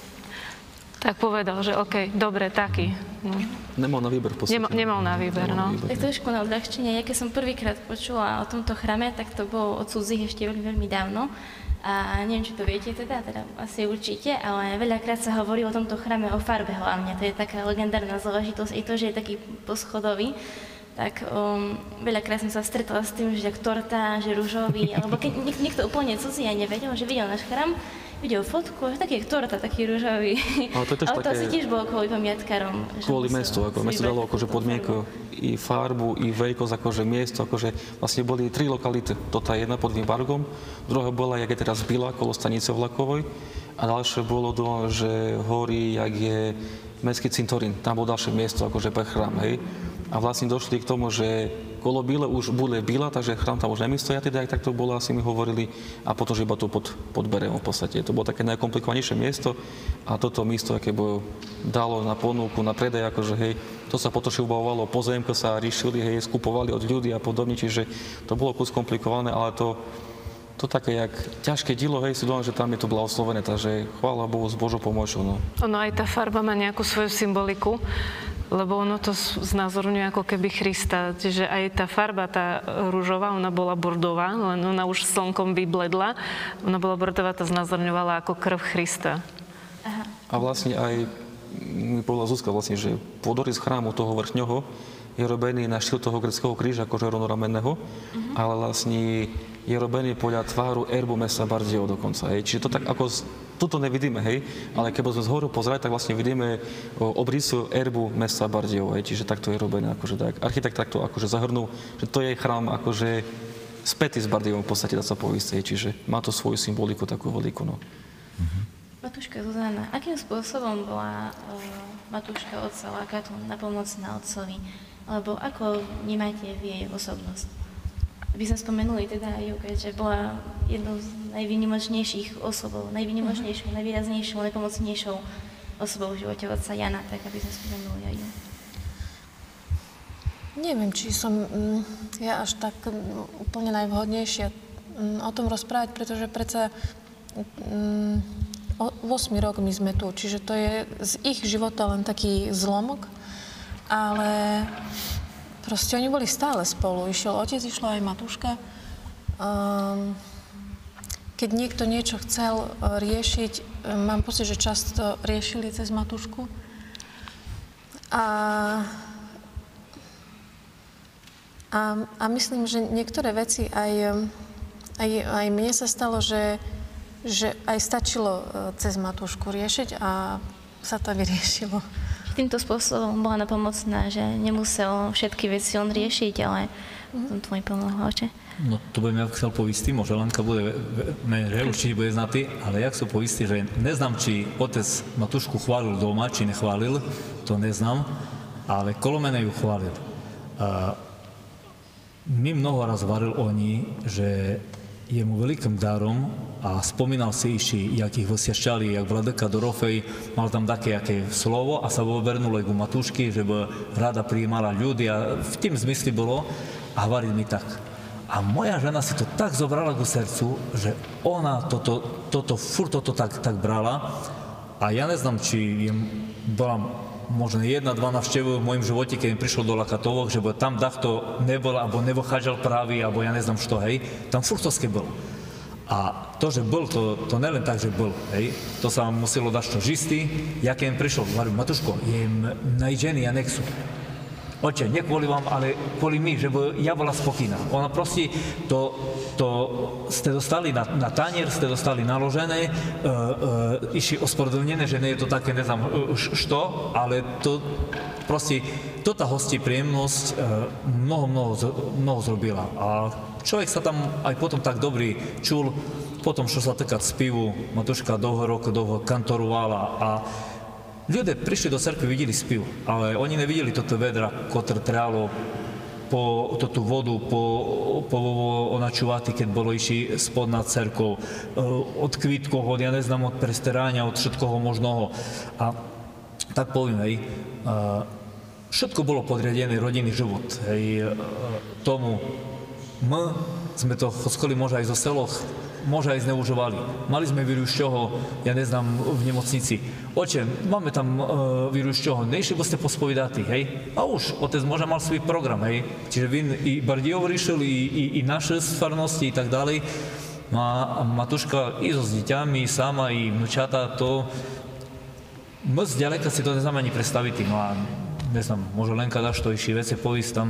Speaker 3: tak povedal, že OK, dobre, taký. No.
Speaker 5: Nemal na výber v podstate.
Speaker 3: Nemal, nemal na výber, no.
Speaker 2: Tak trošku na odľahčenie, ja keď som prvýkrát počula o tomto chrame, tak to bolo od cudzích ešte veľmi, veľmi dávno. A neviem, či to viete teda, teda asi určite, ale veľakrát sa hovorí o tomto chráme o farbe hlavne. To je taká legendárna záležitosť, i to, že je taký poschodový. Tak um, veľakrát som sa stretla s tým, že jak torta, že ružový, alebo keď niek- niekto úplne cudzí a nevedel, že videl náš chrám, videl fotku, že taký jak torta, taký ružový. Ale to, ale to asi tiež bolo kvôli pamiatkarom.
Speaker 5: Kvôli mestu, ako mesto dalo akože podmienku i farbu, i veľkosť, akože miesto, akože vlastne boli tri lokality. Toto je jedna pod Wimbargom, druhá bola, jak je teraz Bila, kolo stanice vlakovej, a ďalšie bolo do, že horí, jak je mestský cintorín, tam bol ďalšie miesto, akože pre chrám, hej. A vlastne došli k tomu, že kolo bíle už bude bíla, takže chrám tam už nemystoja, teda aj tak to bolo, asi mi hovorili, a potom, že iba tu pod, pod Beremom v podstate. To bolo také najkomplikovanejšie miesto a toto miesto, aké bolo dalo na ponuku, na predaj, akože hej, to sa potom ubavovalo, pozemky sa riešili, hej, skupovali od ľudí a podobne, čiže to bolo kus komplikované, ale to to také, jak ťažké dielo, hej, si dúfam, že tam je to blahoslovené, takže chvála Bohu s Božou pomôcou, no.
Speaker 3: Ono aj tá farba má nejakú svoju symboliku, lebo ono to znázorňuje ako keby Krista. Čiže aj tá farba, tá ružová, ona bola bordová, len ona už slnkom vybledla. Ona bola bordová, to znázorňovala ako krv Krista.
Speaker 2: Aha.
Speaker 5: A vlastne aj, mi povedala Zuzka vlastne, že pôdorys chrámu toho vrchňoho je robený na štýl toho greckého kríža, akože rovnoramenného, uh-huh. ale vlastne je robený podľa tváru erbu mesta Bardejov dokonca. Hej. Čiže to tak ako, tuto nevidíme, hej, ale keby sme zhoru pozerali, tak vlastne vidíme obrysu erbu mesta Bardejov, hej. Čiže takto je robené, akože tak. Architekt takto akože zahrnul, že to je chrám akože spätý s Bardejovom v podstate, dá sa povedať, čiže má to svoju symboliku takú veľkú, no.
Speaker 2: Uh-huh. Matúška Zuzana, akým spôsobom bola uh, Matúška otca Lakatu napomocná otcovi? Alebo ako vnímate v jej osobnosť? By sme spomenuli teda aj ju, keďže bola jednou z najvýnimočnejších osobou, najvýnimočnejšou, najvýraznejšou, najpomocnejšou osobou v živote otca Jana, tak aby sme spomenuli aj ju. Neviem, či som mm, ja až tak mm, úplne najvhodnejšia mm, o tom rozprávať, pretože predsa mm, ôsmy rok my sme tu, čiže to je z ich života len taký zlomok, ale proste oni boli stále spolu. Išiel otec, išla aj Matúška. Um, keď niekto niečo chcel riešiť, mám pocit, že často riešili cez Matúšku. A, a, a myslím, že niektoré veci aj, aj, aj mne sa stalo, že, že aj stačilo cez Matúšku riešiť a sa to vyriešilo. Týmto spôsobom bola napomocná, že nemusel všetky veci on riešiť, ale mm-hmm. to mi pomohlo, oče.
Speaker 4: No to budem ja chcel povistý, možno Lenka bude, že určite bude znatý, ale jak sú povistý, že neznám, či otec Matúšku chválil doma, či nechválil, to neznám, ale kolo mene ju chválil. A mi mnoho raz varil o ní, že je mu veľkým darom a spomínal si ešte, jak ich vysjašťali, jak Vladeka Dorofej mal tam také jaké slovo a sa obernul aj ku Matúšky, že by rada prijímala ľudí a v tým zmysli bolo a hovoril mi tak. A moja žena si to tak zobrala ku srdcu, že ona toto, toto furt toto tak, tak brala a ja neznám, či je, bola možno jedna, dva navštevy v mojom živote, keď mi prišlo do Lakatovok, že tam dachto nebol, alebo nevochážal právy, alebo ja neznám što, hej, tam furt to ske bol. A to, že bol, to, to nelen tak, že bol, hej, to sa muselo dať što žistý, ja keď im prišlo, hovorím, Matúško, je najženy a nechcú. Oče, nie kvôli vám, ale kvôli my, že ja bola spokojná. Ona proste, to, to ste dostali na, na tanier, ste dostali naložené, e, e, išli ospravedlnené, že nie je to také, neznám, što, ale to proste, to tá hostipríjemnosť e, mnoho, mnoho, mnoho zrobila. A človek sa tam aj potom tak dobrý čul, potom, čo sa týka spívu, Matúška dlho rokov, dlho kantorovala a ľudia prišli do cerkvy, videli spiv, ale oni nevideli toto vedra, ktoré trebalo po tú vodu, po, po onačúvati, keď bolo išli spod nad cerkou, od kvítkov, od, ja neznám, od presteráňa, od všetkoho možnoho. A tak poviem, hej, všetko bolo podriadené, rodinný život, hej, tomu. My sme to chodili možno aj zo seloch, možno aj zneužívali. Mali sme víru z čoho, ja neznám, v nemocnici. Oče, máme tam uh, víru z čoho, nejšli by ste pospovedati, hej? A už, otec možno mal svoj program, hej? Čiže vin i Bardejov riešil, i, i, i naše farnosti, i tak ďalej. No a Matúška i so s deťami, sama, i vnúčata, to my zďaleka si to neznáme ani predstaviť. No a neznám, možno Lenka dáš to ešte veci povísť tam.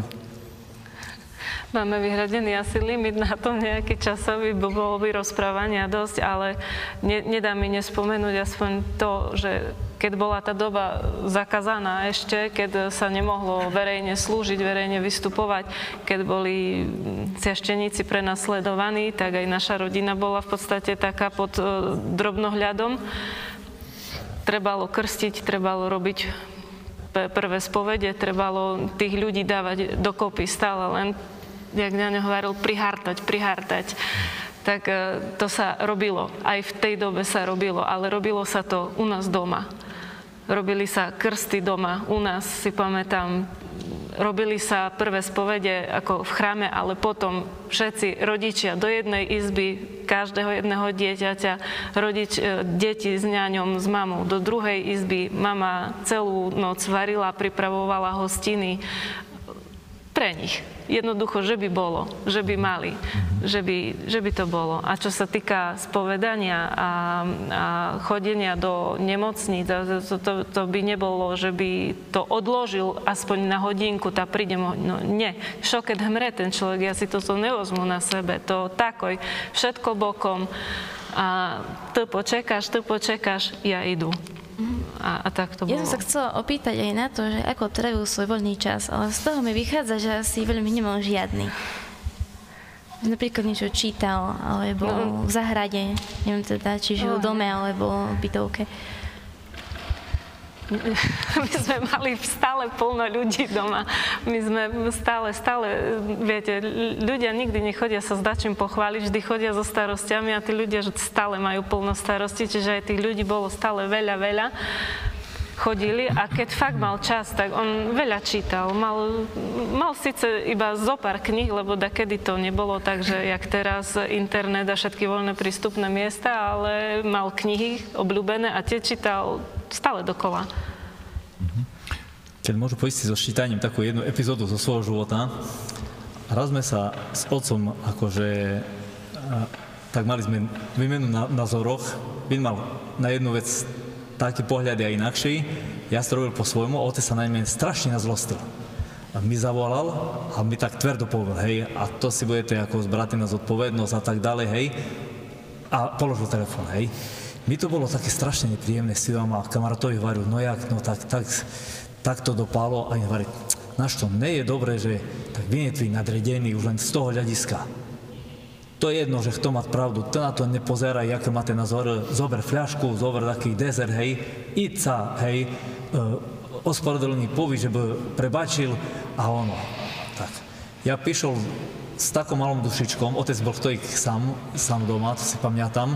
Speaker 3: Máme vyhradený asi limit na to nejaký časový, bo bolo by rozprávania dosť, ale ne, nedá mi nespomenúť aspoň to, že keď bola tá doba zakázaná ešte, keď sa nemohlo verejne slúžiť, verejne vystupovať, keď boli sviašteníci prenasledovaní, tak aj naša rodina bola v podstate taká pod drobnohľadom. Trebalo krstiť, trebalo robiť prvé spovede, trebalo tých ľudí dávať dokopy stále len, jak Ňaňo hovoril, prihartať, prihartať. Tak to sa robilo. Aj v tej dobe sa robilo, ale robilo sa to u nás doma. Robili sa krsty doma. U nás, si pamätám, robili sa prvé spovede ako v chráme, ale potom všetci rodičia do jednej izby, každého jedného dieťaťa, rodič, deti s ňaňom, s mamou, do druhej izby. Mama celú noc varila, pripravovala hostiny pre nich. Jednoducho, že by bolo, že by mali, že by, že by to bolo. A čo sa týka spovedania a, a chodenia do nemocníc, to, to, to by nebolo, že by to odložil aspoň na hodinku, tá príde, no nie. Šo keď hmre ten človek, ja si toto nevozmu na sebe, to takoj, všetko bokom a ty počekáš, ty počekáš, ja idu. A, a tak to bolo.
Speaker 2: Ja som sa chcela opýtať aj na to, že ako trávil svoj voľný čas, ale z toho mi vychádza, že asi veľmi nemal žiadny. Napríklad niečo čítal, alebo no. v záhrade, neviem teda, či žil v dome, alebo v bytovke.
Speaker 3: My sme mali stále plno ľudí doma. My sme stále, stále, viete, ľudia nikdy nechodia sa s dačím pochváliť, vždy chodia so starostiami a tí ľudia stále majú plno starosti, čiže aj tých ľudí bolo stále veľa, veľa. Chodili a keď fakt mal čas, tak on veľa čítal. Mal, mal síce iba zo pár kníh, lebo dakedy to nebolo tak, že jak teraz internet a všetky voľné prístupné miesta, ale mal knihy obľúbené a tie čítal stále dokola.
Speaker 4: Keď môžu poistiť so ščítaním takú jednu epizódu zo svojho života, raz sme sa s otcom akože, tak mali sme výmenu na názoroch, on mal na jednu vec taký pohľad a inakší, ja to robil po svojmu a otec sa na mňa strašne nazlostil. A mi zavolal a mi tak tvrdo povedal, hej, a to si budete ako zbrať na zodpovednosť a tak ďalej, hej, a položil telefón, hej. Mi to bolo také strašne nepríjemné, si vám a kamarátovi hovoril, no jak, no tak, tak, tak to dopalo a mi hovorí, náš to nie je dobré, že tak vy je tvý nadredený už len z toho hľadiska. To je jedno, že kto má pravdu, to na to nepozeraj, aké máte názor, zober fľašku, zober taký dezert, hej, id sa, hej, uh, ospravedlný, poví, že by prebačil a ono, tak. Ja píšol s takom malom dušičkom, otec bol ktojík sám, sám doma, to si pamätám,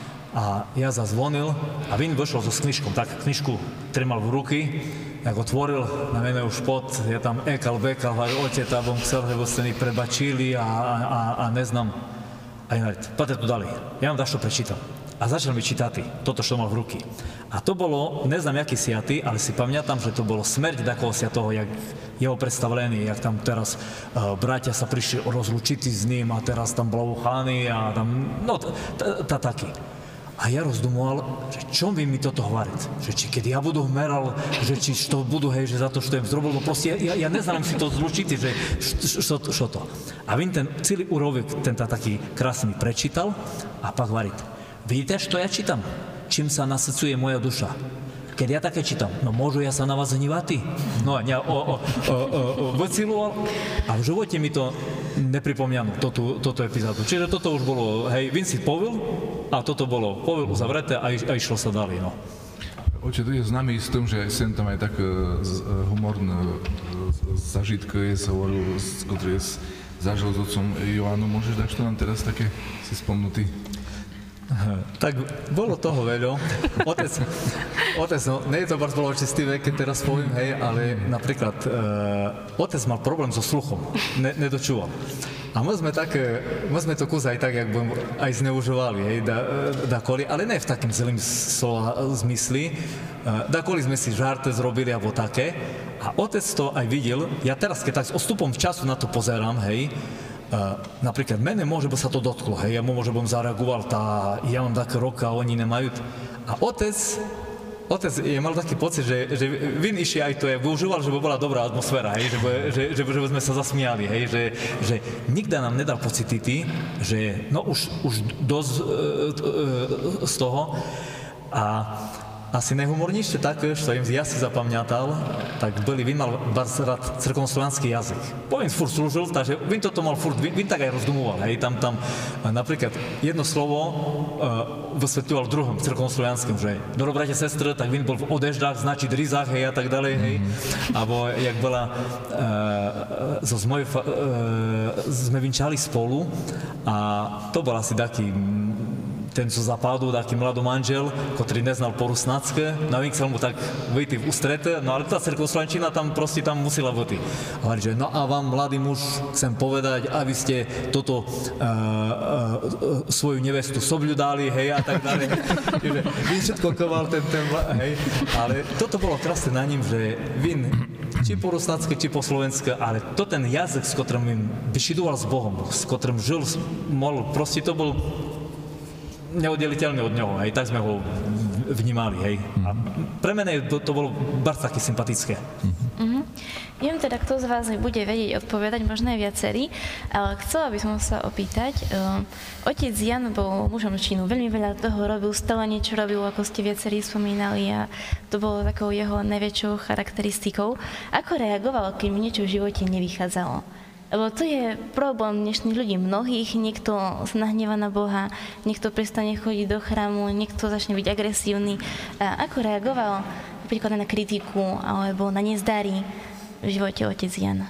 Speaker 4: a ja zazvonil a vin vyšiel so knižkou, tak knižku tremal v ruky, jak otvoril, na mene už pod, ja tam ekal, bekal, hovoril, otec, a bom chcel, že ste mi prebačili a, a, a neznám. A ja hovorím, poďte tu dali, ja vám daš to prečítam. A začal mi čítať toto, čo mal v ruky. A to bolo, neznám, jaký siaty, ale si pamätám, že to bolo smrť takého siatoho, jak jeho predstavlený, jak tam teraz uh, bratia sa prišli rozlučiť s ním a teraz tam blahochány a tam, no, tá taký. A ja rozdumoval, že čo vy mi toto hovoriť? Že či keď ja budu hmeral, že či to budú, hej, že za to, čo im zrobil, no proste ja, ja neznám si to zlučiť, že čo to. A vím ten celý úrovek, ten taký krásny prečítal a pak hovorí, vidíte, čo ja čítam? Čím sa nasycuje moja duša? Keď ja také čítam, no môžu ja sa na vás hnívať? No a ja o, o, o, o, vyciloval a v živote mi to nepripomňam, toto, toto epizódu. Čiže toto už bolo, hej, vin si povil a toto bolo povil uzavreté a, iš, a išlo sa ďalej, no.
Speaker 1: Oče, tu je známy s tým, že sem tam aj tak humorný zažitk je, sa hovoril, ktorý je zažil s otcom Joánom. Môžeš dať, čo nám teraz také si spomnutý?
Speaker 4: Tak bolo toho veľa. Otec, otec, no, nie je to bardzo bolo čistivé, keď teraz poviem, hej, ale napríklad uh, otec mal problém so sluchom, ne, nedočúval. A my sme, tak, my sme to kus aj tak, jak budem, aj zneužívali, hej, da, da koli, ale ne v takým zlým slova zmysli. Uh, da koli sme si žarte zrobili, alebo také. A otec to aj videl. Ja teraz, keď tak s odstupom v času na to pozerám, hej, Uh, napríklad mene môže by sa to dotklo, hej, ja môže bym zareagoval, tá, ja mám také roka, a oni nemajú. A otec, otec je mal taký pocit, že, že vin iši aj to je, využíval, že by bola dobrá atmosféra, hej, že, by, že, že, že by sme sa zasmiali, hej, že, že nikdy nám nedal pocity, že no už, už dosť uh, uh, z toho. A asi najhumornejšie také, čo im ja si zapamňatal, tak byli, vin mal bardzo rád cerkovnoslovanský jazyk. Poviem, furt slúžil, takže vin toto mal furt, vin, vin tak aj rozdumoval, hej, tam, tam napríklad jedno slovo uh, vysvetľoval v druhom cerkovnoslovanskom, že dobro, bratia, sestry, tak vin bol v odeždách, značiť rizách, hej, a tak ďalej, hej. Abo jak bola, uh, so z mojej, uh, sme vinčali spolu a to bol asi taký ten, co zapadol, taký mladý manžel, ktorý neznal po rusnácké, no a chcel mu tak vyjти v ústrete, no ale tá cerkovnoslovenčina tam proste tam musela byť. A hovorí, že no a vám, mladý muž, chcem povedať, aby ste toto uh, uh, svoju nevestu sobľu dali, hej, a tak ďalej. Vin všetko koval ten, ten, hej, ale toto bolo krásne na ním, že Vin či po rusnácké, či po slovenské, ale to ten jazyk, s ktorým im vyšidoval s Bohom, s ktorým žil, mohol, proste to bol neoddeliteľný od neho, hej, tak sme ho vnímali, hej. A pre mene to, to bolo bardzo také sympatické.
Speaker 2: Mm-hmm. Neviem teda, kto z vás bude vedieť odpovedať, možno aj viacerí, ale chcela by som sa opýtať. Um, otec Jan bol mužom činu, veľmi veľa toho robil, stále niečo robil, ako ste viacerí spomínali, a to bolo takou jeho najväčšou charakteristikou. Ako reagoval, keď mu niečo v živote nevychádzalo? Lebo to je problém dnešných ľudí, mnohých, niekto sa nahneva na Boha, niekto prestane chodiť do chrámu, niekto začne byť agresívny. A ako reagoval napríklad na kritiku alebo na nezdary v živote otec Jan?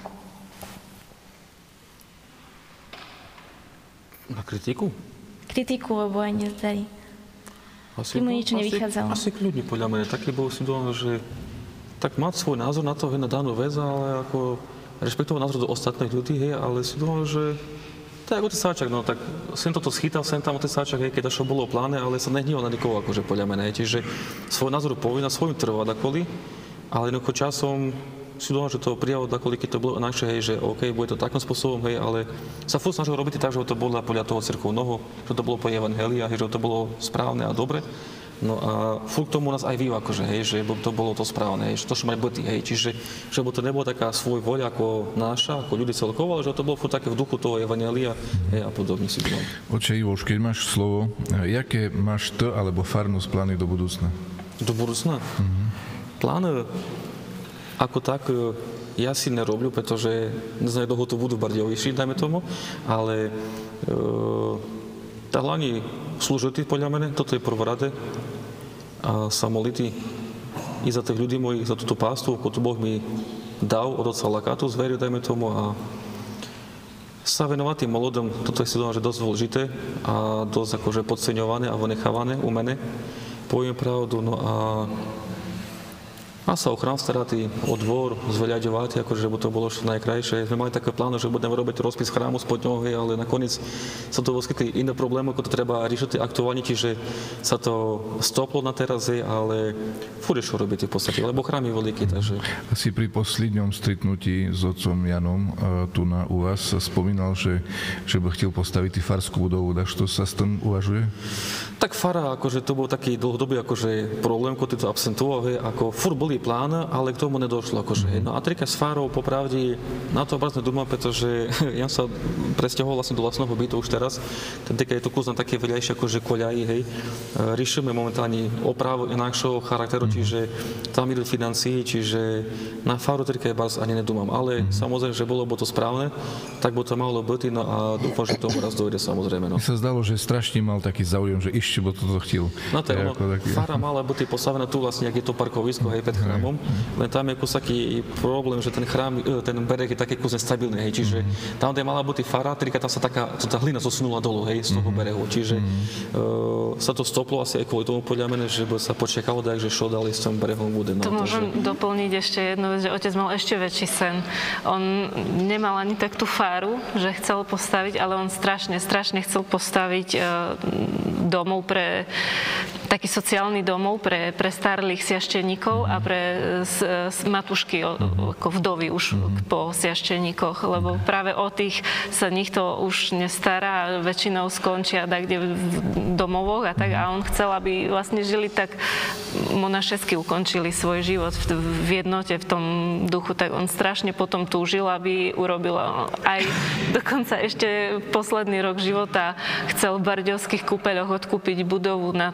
Speaker 5: Na kritiku?
Speaker 2: Kritiku alebo aj nezdary.
Speaker 5: Asi,
Speaker 2: mu niečo nevychádzalo.
Speaker 5: Asi, asi kľudne podľa mňa. Taký bol si doma, že tak mať svoj názor na to, na danú vec, ale ako rešpektovať názor do ostatných ľudí, hej, ale si dúfam, že to je ako ten sáčak, no tak sem toto schytal, sem tam o ten sáčak, hej, keď čo bolo pláne, ale sa nehníval na nikoho, akože podľa mňa, hej, čiže svoj názor povie, na svojim trvať dakoli, ale jednoducho časom si dúfam, že to prijalo dakoli, keď to bolo inakšie, hej, že OK, bude to takým spôsobom, hej, ale sa furt snažil robiť tak, že to bolo podľa toho cirkovného, že to bolo po evangelii, hej, že to bolo správne a dobre. No a furt k tomu nás aj vyjel, akože, hej, že to bolo to správne, hej, že to, čo majú byty, hej, čiže, že to nebolo taká svoj voľa ako náša, ako ľudí celkovo, ale že to bolo furt také v duchu toho evangelia, hej, a podobne si bolo.
Speaker 1: Oče Ivoš, keď máš slovo, jaké máš ty alebo farnosť plány do budúcna?
Speaker 5: Do budúcna?
Speaker 1: Mm-hmm.
Speaker 5: Plány ako tak ja si nerobľu, pretože neznám, dlho to budú v Bardejovejší, dajme tomu, ale e, tá hlavne slúžiti podľa mene, toto je prvorade, a sa moliti i za tých ľudí mojich, za túto pástvu, ako Boh mi dal od otca Lakátu, zveril, dajme tomu, a sa venovať tým molodom, toto je si doma, že dosť dôležité a dosť akože podceňované a vynechávané u mene, poviem pravdu, no a a sa o chrám starať, o dvor, zveľaďovať, akože to bolo čo najkrajšie. Sme mali také plány, že budeme robiť rozpis chrámu spod ňoho, ale nakoniec sa to vyskytli iné problémy, ako to treba riešiť aktuálne, čiže sa to stoplo na teraze, ale furt čo robíte v podstate, lebo chrám je veľký, takže...
Speaker 1: Asi pri poslednom stretnutí s otcom Janom tu na u vás spomínal, že, že by chcel postaviť farskú budovu, takže to sa s tým uvažuje?
Speaker 5: Tak fara, akože to bol taký dlhodobý akože problém, ako to absentoval, ako furt boli plán, ale k tomu nedošlo, akože. No a trika s farou, popravde, na to obrazne dúmam, pretože ja sa presťahoval vlastne do vlastného bytu už teraz, ten trika je to kúzna také veľajšie akože koľají, hej. Riešime momentálne opravu inakšieho charakteru, čiže tam idú financií, čiže na faru trika je vás ani nedúmam, ale samozrejme, že bolo by to správne, tak by to malo byť, no a dúfam, že tomu raz dojde, samozrejme, no.
Speaker 1: Mi sa zdalo, že strašne mal taký záujem, že ešte by toto chcel.
Speaker 5: No to je ono, taký... fara mala byť postavená tu vlastne, jak je to parkovisko, hej, pred chrámom, len tam je taký problém, že ten chrám, ten bereh je taký kúzne stabilný, hej, čiže tam, kde mala byť fara, trika tam sa taká, tá hlina zosunula dolu, hej, z toho berehu, čiže uh, sa to stoplo asi aj kvôli tomu podľa mene, že by sa počekalo, takže šo dali s tým berehom bude. No,
Speaker 3: to môžem takže... doplniť ešte jednu vec, že otec mal ešte väčší sen. On nemal ani tak tú fáru, že chcel postaviť, ale on strašne, strašne chcel postaviť uh, domov pre taký sociálny domov pre, pre starlých siašteníkov a pre s, s matušky ako vdovy už po siašteníkoch, lebo práve o tých sa nikto už nestará, väčšinou skončia tak, kde v domovoch a tak, a on chcel, aby vlastne žili tak, monašesky ukončili svoj život v, v jednote, v tom duchu, tak on strašne potom túžil, aby urobil aj dokonca ešte posledný rok života chcel v Bardejovských kúpeľoch odkúpiť budovu na to, aby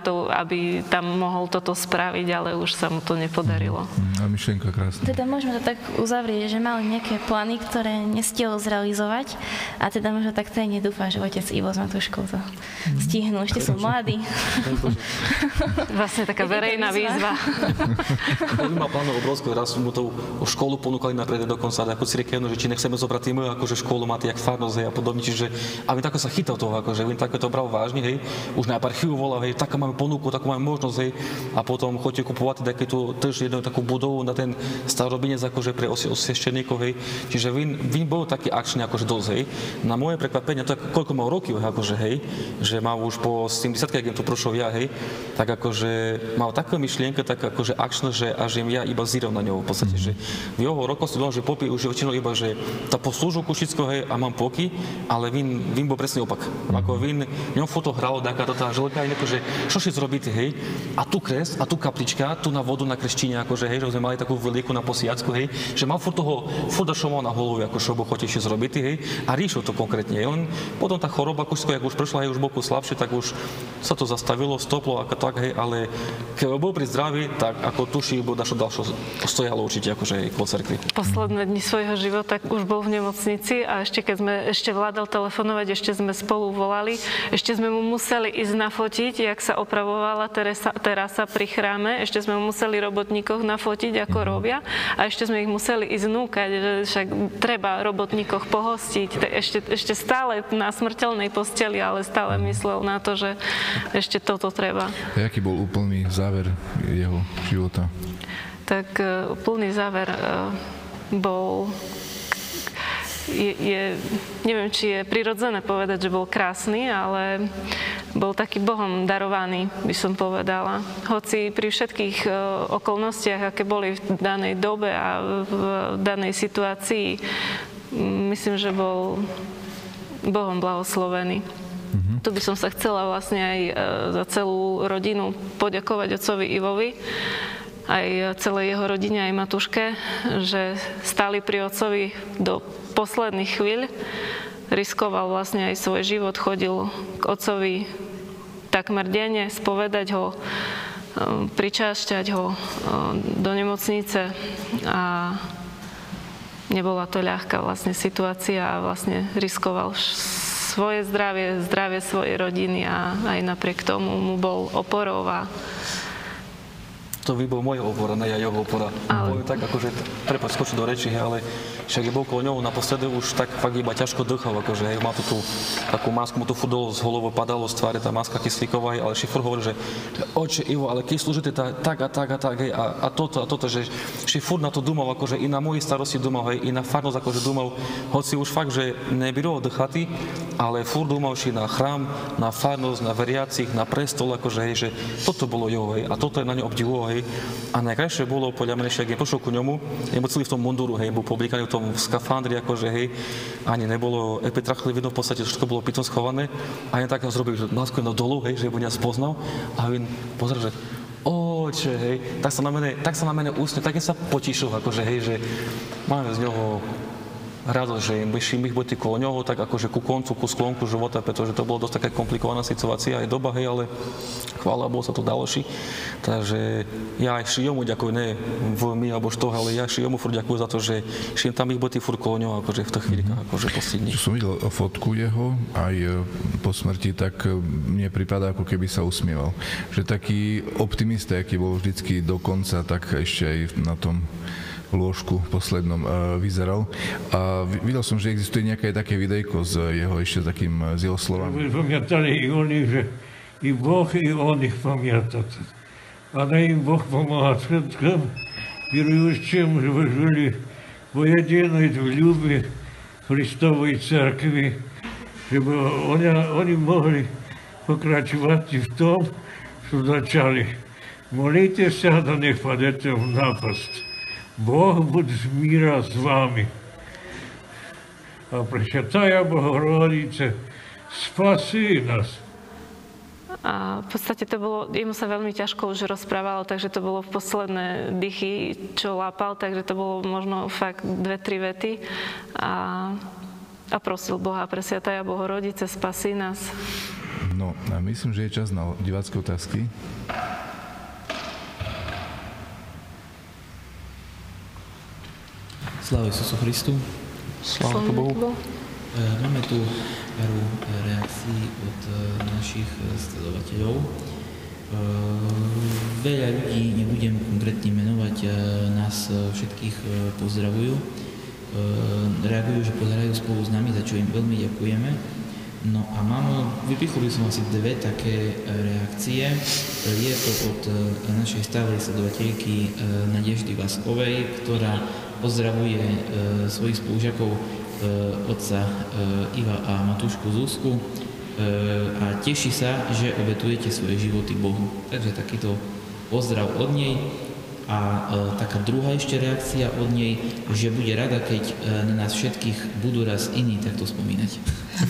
Speaker 3: aby tam mohol toto spraviť, ale už sa mu to nepodarilo.
Speaker 1: A myšlienka krásna.
Speaker 2: Teda môžeme to tak uzavrieť, že mal nejaké plány, ktoré nestihol zrealizovať a teda možno tak aj nedúfa, že otec Ivo s Matúškou to stihnú. Ešte sú mladí.
Speaker 3: Vlastne taká verejná výzva.
Speaker 5: On mal plánov obrovského, raz mu tú školu ponúkali napríklad dokonca ako cirkevnú, že či nechceme zobrať tým, akože školu máte jak farnosť, hej, a podobne, čiže a vy tako sa chytal toho, akože vy tako to bral vážne, hej, už na archívu volal, hej, taká máme ponuku, takú máme možnosť, hej, a potom chodíte kupovať také tu tiež jednu takú budovu na ten starobinec, akože pre osi, osviešteníkov, hej, čiže vy, vy bol taký akčný, akože dosť, hej. Na moje prekvapenie, to koľko mal roky, akože, hej, že mal už po sedemdesiatke, ak to prošol ja, hej, tak akože mal takú myšlienku, tak akože akčná, že až im ja iba zíral na ňou v podstate, že v jeho rokosti bolo, že popí už väčšinou iba, že tá poslúžu Kušicko, hej, a mám poky, ale vin, vin bol presne opak. Ako vin, ňom foto hralo takáto tá želka, inak, že čo si zrobíte, hej, a tu kres, a tu kaplička, tu na vodu na Krštine, akože, hej, že sme mali takú veľkú na Posiacku, hej, že mal furt toho, furt čo mal na hlove, ako čo bo chodíš zrobiť, hej, a riešil to konkrétne. On, potom tá choroba Kušicko, jak už prešla, hej, už boku slabšie, tak už sa to zastavilo, stoplo, ako tak, hej, ale keď bol pri zdraví, tak ako tuší, bo dašo ďalšie stojalo určite, akože aj k cerkvi.
Speaker 3: Posledné dni svojho života už bol v nemocnici a ešte keď sme ešte vládal telefonovať, ešte sme spolu volali, ešte sme mu museli ísť nafotiť, jak sa opravovala terasa, terasa pri chráme, ešte sme mu museli robotníkoch nafotiť, ako robia a ešte sme ich museli ísť núkať, že však treba robotníkoch pohostiť, ešte, ešte stále na smrteľnej posteli, ale stále myslel na to, že ešte toto treba.
Speaker 1: A aký bol úplný záver jeho života?
Speaker 3: Tak úplný záver bol, je, je, neviem, či je prirodzené povedať, že bol krásny, ale bol taký Bohom darovaný, by som povedala. Hoci pri všetkých okolnostiach, aké boli v danej dobe a v danej situácii, myslím, že bol Bohom blahoslovený. Mm-hmm. Tu by som sa chcela vlastne aj za celú rodinu poďakovať otcovi Ivovi, aj celej jeho rodine, aj Matúške, že stáli pri otcovi do posledných chvíľ. Riskoval vlastne aj svoj život, chodil k otcovi takmer denne, spovedať ho, pričašťať ho do nemocnice a nebola to ľahká vlastne situácia a vlastne riskoval svoje zdravie, zdravie svojej rodiny a aj napriek tomu mu bol oporou a
Speaker 5: to by bol moja opora, ne ja jeho opora. Ale... Poviem tak, akože, prepáč, skočiť do reči, ale však je bol okolo ňou naposledy už tak fakt iba ťažko dýchal, akože, hej, má tu tú takú masku, mu tu fudol z holovo padalo z tváre, tá maska kyslíková, ale šifor hovorí, že oče Ivo, ale keď slúžite tak a tak a tak, hej, a, a toto a toto, že šifor na to dúmal, akože i na mojej starosti dúmal, hej, i na farnosť akože dúmal, hoci už fakt, že nebylo dýchati, ale furt dúmal si na chrám, na farnosť, na veriacich, na prestol, akože, hej, že toto bolo jeho, hej, a toto je na ňo obdivulo, hej. A najkrajšie bolo podľa mňa, že ak je pošiel ku ňomu, je celý v tom munduru, hej, bol publikaný v tom skafandri, akože, hej, ani nebolo epitrachli vidno, v podstate všetko bolo pitom schované a jen tak ho zrobil, že náskujem na dolu, hej, že ho mňa spoznal a on pozrel, že oče, hej, tak sa na mene, tak sa na mene úsne, tak sa potišil, akože, hej, že máme z ňoho radosť, že im ich budete kolo ňoho, tak akože ku koncu, ku sklonku života, pretože to bolo dosť taká komplikovaná situácia, aj doba, hej, ale chvála Bohu sa to dalo ši. Takže ja aj Šijomu ďakujem, ne v my alebo što, ale ja Šijomu furt ďakujem za to, že šim tam ich budete furt kolo ňoho, akože v tých chvíľkách, akože poslední.
Speaker 1: Čo som videl fotku jeho aj po smrti, tak mne pripadá, ako keby sa usmieval. Že taký optimista, aký bol vždycky do konca, tak ešte aj na tom lôžku poslednom uh, vyzeral. A videl som, že existuje nejaké také videjko s jeho ešte takým, s jeho slovami.
Speaker 7: Pamiętali i oni, že i Boh, i on ich pamięta. A na im Boh pomáha všetkým, віруючим, żeby żyli w jedynej w любви Христової Церкви, żeby oni, oni mogli pokračovať v tom, що зачали. Молітеся, да не впадете в напасть. Бог буде з міра з вами. А Пресвятая Богородиce, spasí nás.
Speaker 3: A v podstate to bolo, jemu sa veľmi ťažko už rozprávalo, takže to bolo v posledné dychy, čo lápal, takže to bolo možno fakt dve, tri vety. A, a prosil Boha, Presviatá Bohorodice, spasí nás.
Speaker 1: No a myslím, že je čas na divácké otázky.
Speaker 8: Sláva Isusu Christu.
Speaker 5: Sláva Bohu.
Speaker 8: Máme tu pár reakcií od našich sledovateľov. Veľa ľudí, nebudem konkrétne menovať, nás všetkých pozdravujú. Reagujú, že pozerajú spolu s nami, za čo im veľmi ďakujeme. No a mám, vypichol by som asi dve také reakcie. Je to od našej stálej sledovateľky Nadeždy Vaskovej, ktorá pozdravuje svojich spolužiakov otca Iva a Matúšku Zuzku a teší sa, že obetujete svoje životy Bohu. Takže takýto pozdrav od nej. A e, taká druhá ešte reakcia od nej, že bude rada, keď e, na nás všetkých budú raz iní takto spomínať.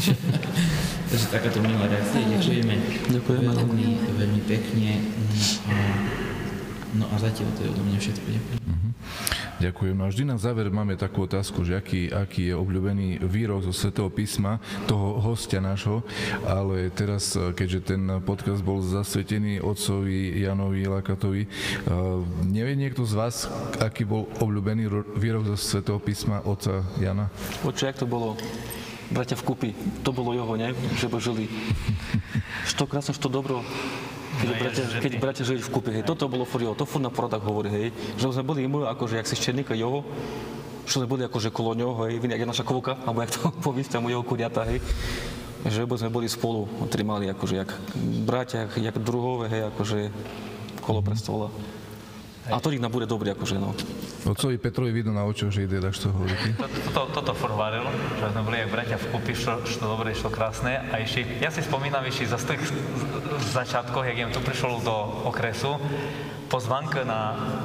Speaker 8: Takže takáto milá reakcia. Ďakujeme, Ďakujeme veľmi, veľmi pekne. No a, no a zatiaľ to je odo mňa všetko. Ďakujem.
Speaker 1: Mm-hmm. Ďakujem. A vždy na záver máme takú otázku, že aký, aký je obľúbený výrok zo Svätého písma toho hostia nášho, ale teraz, keďže ten podcast bol zasvetený otcovi Janovi Lakatovi, nevie niekto z vás, aký bol obľúbený výrok zo Svätého písma otca Jana?
Speaker 5: Počuj, jak to bolo? Bratia vkupy, to bolo jeho, ne? Že žili. Što krásne, što dobro. Keď, no, bratia, keď bratia žili v kúpe, hej, toto bolo furt jeho, to furt na poradách hovorí, hej, že sme boli mu, akože, jak si ščerníka jeho, že sme boli akože kolo ňoho, hej, jak je naša kvôka, alebo jak to povíste mu jeho kuriata, hej, že sme boli spolu, trimali akože, jak bratia, jak druhové, hej, akože, kolo prestola. A to ich nám bude dobrý, akože, no.
Speaker 1: Otcovi Petrovi vidno na očoch, že ide, tak čo hovoríte?
Speaker 9: Toto, toto furt varil, že sme boli jak bratia vkupy, što, što dobre, što krásne. A ešte, ja si spomínam ešte za tých začiatkoch, jak jem tu prišiel do okresu, pozvánka na,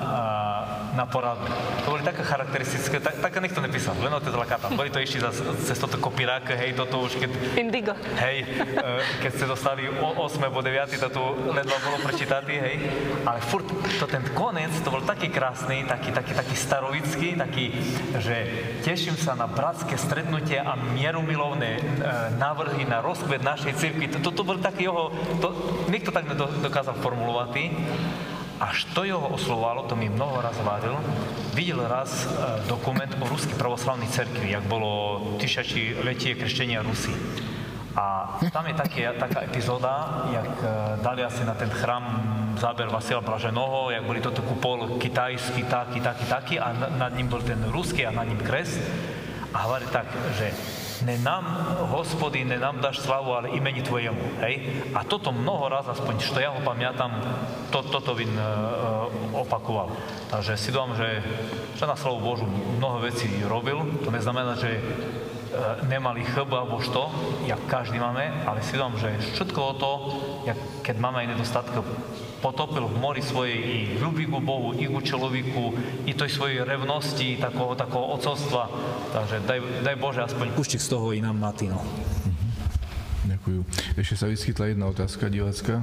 Speaker 9: na poradu. To boli také charakteristické, tak, také nikto nepísal, len otec Lakata. Boli to ešte cez toto kopírák, hej, toto už keď...
Speaker 3: Indigo.
Speaker 9: Hej, keď ste dostali osem alebo deväť, to tu ledva bolo prečítať, hej. Ale furt, to ten konec, to bol taký krásny, taký, taký, taký starovický, taký, že teším sa na bratské stretnutie a mierumilovné návrhy na rozkvet našej cirkvi. To, to, to bol taký jeho, to, nikto tak nedokázal formulovať. A što jeho oslovalo, to mi mnoho raz vádil, videl raz e, dokument o Ruskej pravoslavnej cerkvi, jak bolo tysiaci letie krštenia Rusy. A tam je také, taká epizóda, jak e, dali asi na ten chrám záber Vasila Blaženého, jak boli toto kupol kitajský, taký, taký, taký, a nad ním bol ten ruský a nad ním kres. A hovorí tak, že ne nám, Hospody, ne nám dáš slavu, ale imeni Tvojemu, hej? A toto mnoho raz, aspoň, što ja ho pamätám, to, toto vin uh, opakoval. Takže si dúfam, že, že na slavu Božu mnoho vecí robil. To neznamená, že uh, nemali chybu alebo što, jak každý máme, ale si dúfam, že všetko o to, jak, keď máme aj nedostatky, potopil v mori svojej i ľubí ku Bohu, i ku človeku, i tej svojej revnosti, takého, takého otcovstva. Takže daj, daj Bože aspoň kuštík z toho i nám Matý, no.
Speaker 1: Mhm. Ďakujem. Ešte sa vyskytla jedna otázka divácka.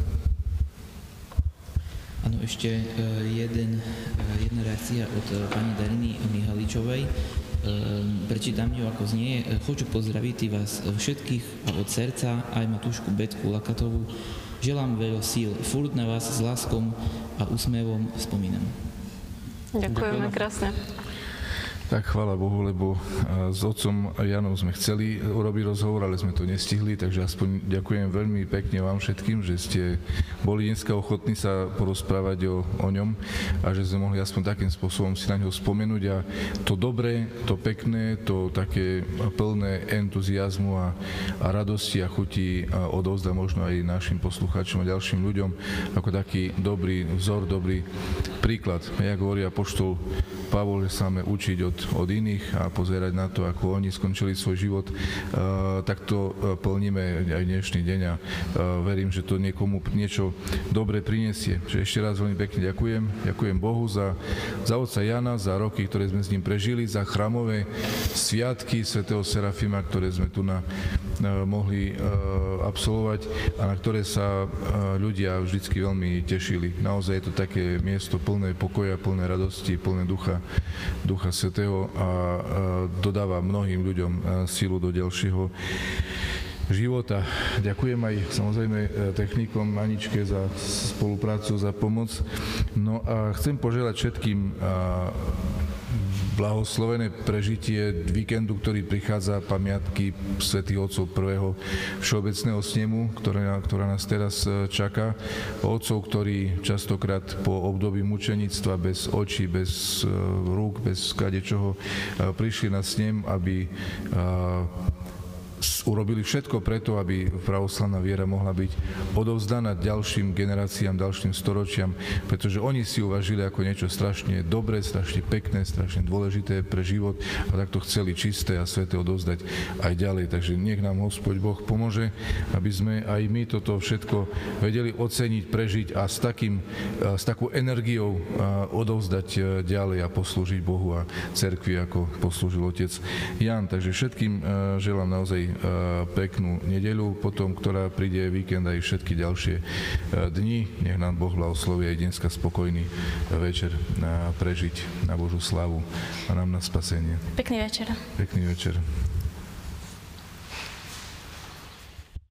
Speaker 8: Áno, ešte jeden, jedna reakcia od pani Dariny Mihaličovej. Prečítam ju, ako znie. Хочу pozdraviť vás všetkých a od srdca aj Matúšku Betku Lakatovú. Želám veľa síl. Furt na vás s láskom a úsmevom spomínam.
Speaker 3: Ďakujeme krásne.
Speaker 1: Tak chvála Bohu, lebo s otcom Janom sme chceli urobiť rozhovor, ale sme to nestihli, takže aspoň ďakujem veľmi pekne vám všetkým, že ste boli dneska ochotní sa porozprávať o, o ňom a že sme mohli aspoň takým spôsobom si na ňo spomenúť a to dobré, to pekné, to také plné entuziazmu a, a radosti a chuti a odovzda možno aj našim poslucháčom a ďalším ľuďom ako taký dobrý vzor, dobrý príklad. Jak hovorí apoštol Pavol, že sa máme učiť od, od iných a pozerať na to, ako oni skončili svoj život, uh, tak to uh, plníme aj dnešný deň a uh, verím, že to niekomu niečo dobre prinesie. Že ešte raz veľmi pekne ďakujem. Ďakujem Bohu za, za otca Jana, za roky, ktoré sme s ním prežili, za chrámové sviatky svätého Serafima, ktoré sme tu na, uh, mohli uh, absolvovať a na ktoré sa uh, ľudia vždycky veľmi tešili. Naozaj je to také miesto plné pokoja, plné radosti, plné ducha Ducha Svätého a dodáva mnohým ľuďom sílu do ďalšieho života. Ďakujem aj samozrejme technikom Aničke za spoluprácu, za pomoc. No a chcem poželať všetkým blahoslovené prežitie víkendu, ktorý prichádza, pamiatky svätých otcov prvého všeobecného snemu, ktorá, ktorá nás teraz čaká. Otcov, ktorí častokrát po období mučenictva bez očí, bez rúk, bez kadečoho prišli na snem, aby urobili všetko preto, aby pravoslavná viera mohla byť odovzdaná ďalším generáciám, ďalším storočiam, pretože oni si uvažili ako niečo strašne dobré, strašne pekné, strašne dôležité pre život a takto chceli čisté a sväté odovzdať aj ďalej. Takže nech nám Hospod Boh pomôže, aby sme aj my toto všetko vedeli oceniť, prežiť a s, takým, s takou energiou odovzdať ďalej a poslúžiť Bohu a cerkvi, ako poslúžil otec Ján. Takže všetkým želám naozaj peknú nedeľu, potom, ktorá príde víkend aj všetky ďalšie dni. Nech nám Boh blahosloví aj dneska spokojný večer prežiť na Božú slavu a nám na spasenie.
Speaker 2: Pekný večer.
Speaker 1: Pekný večer.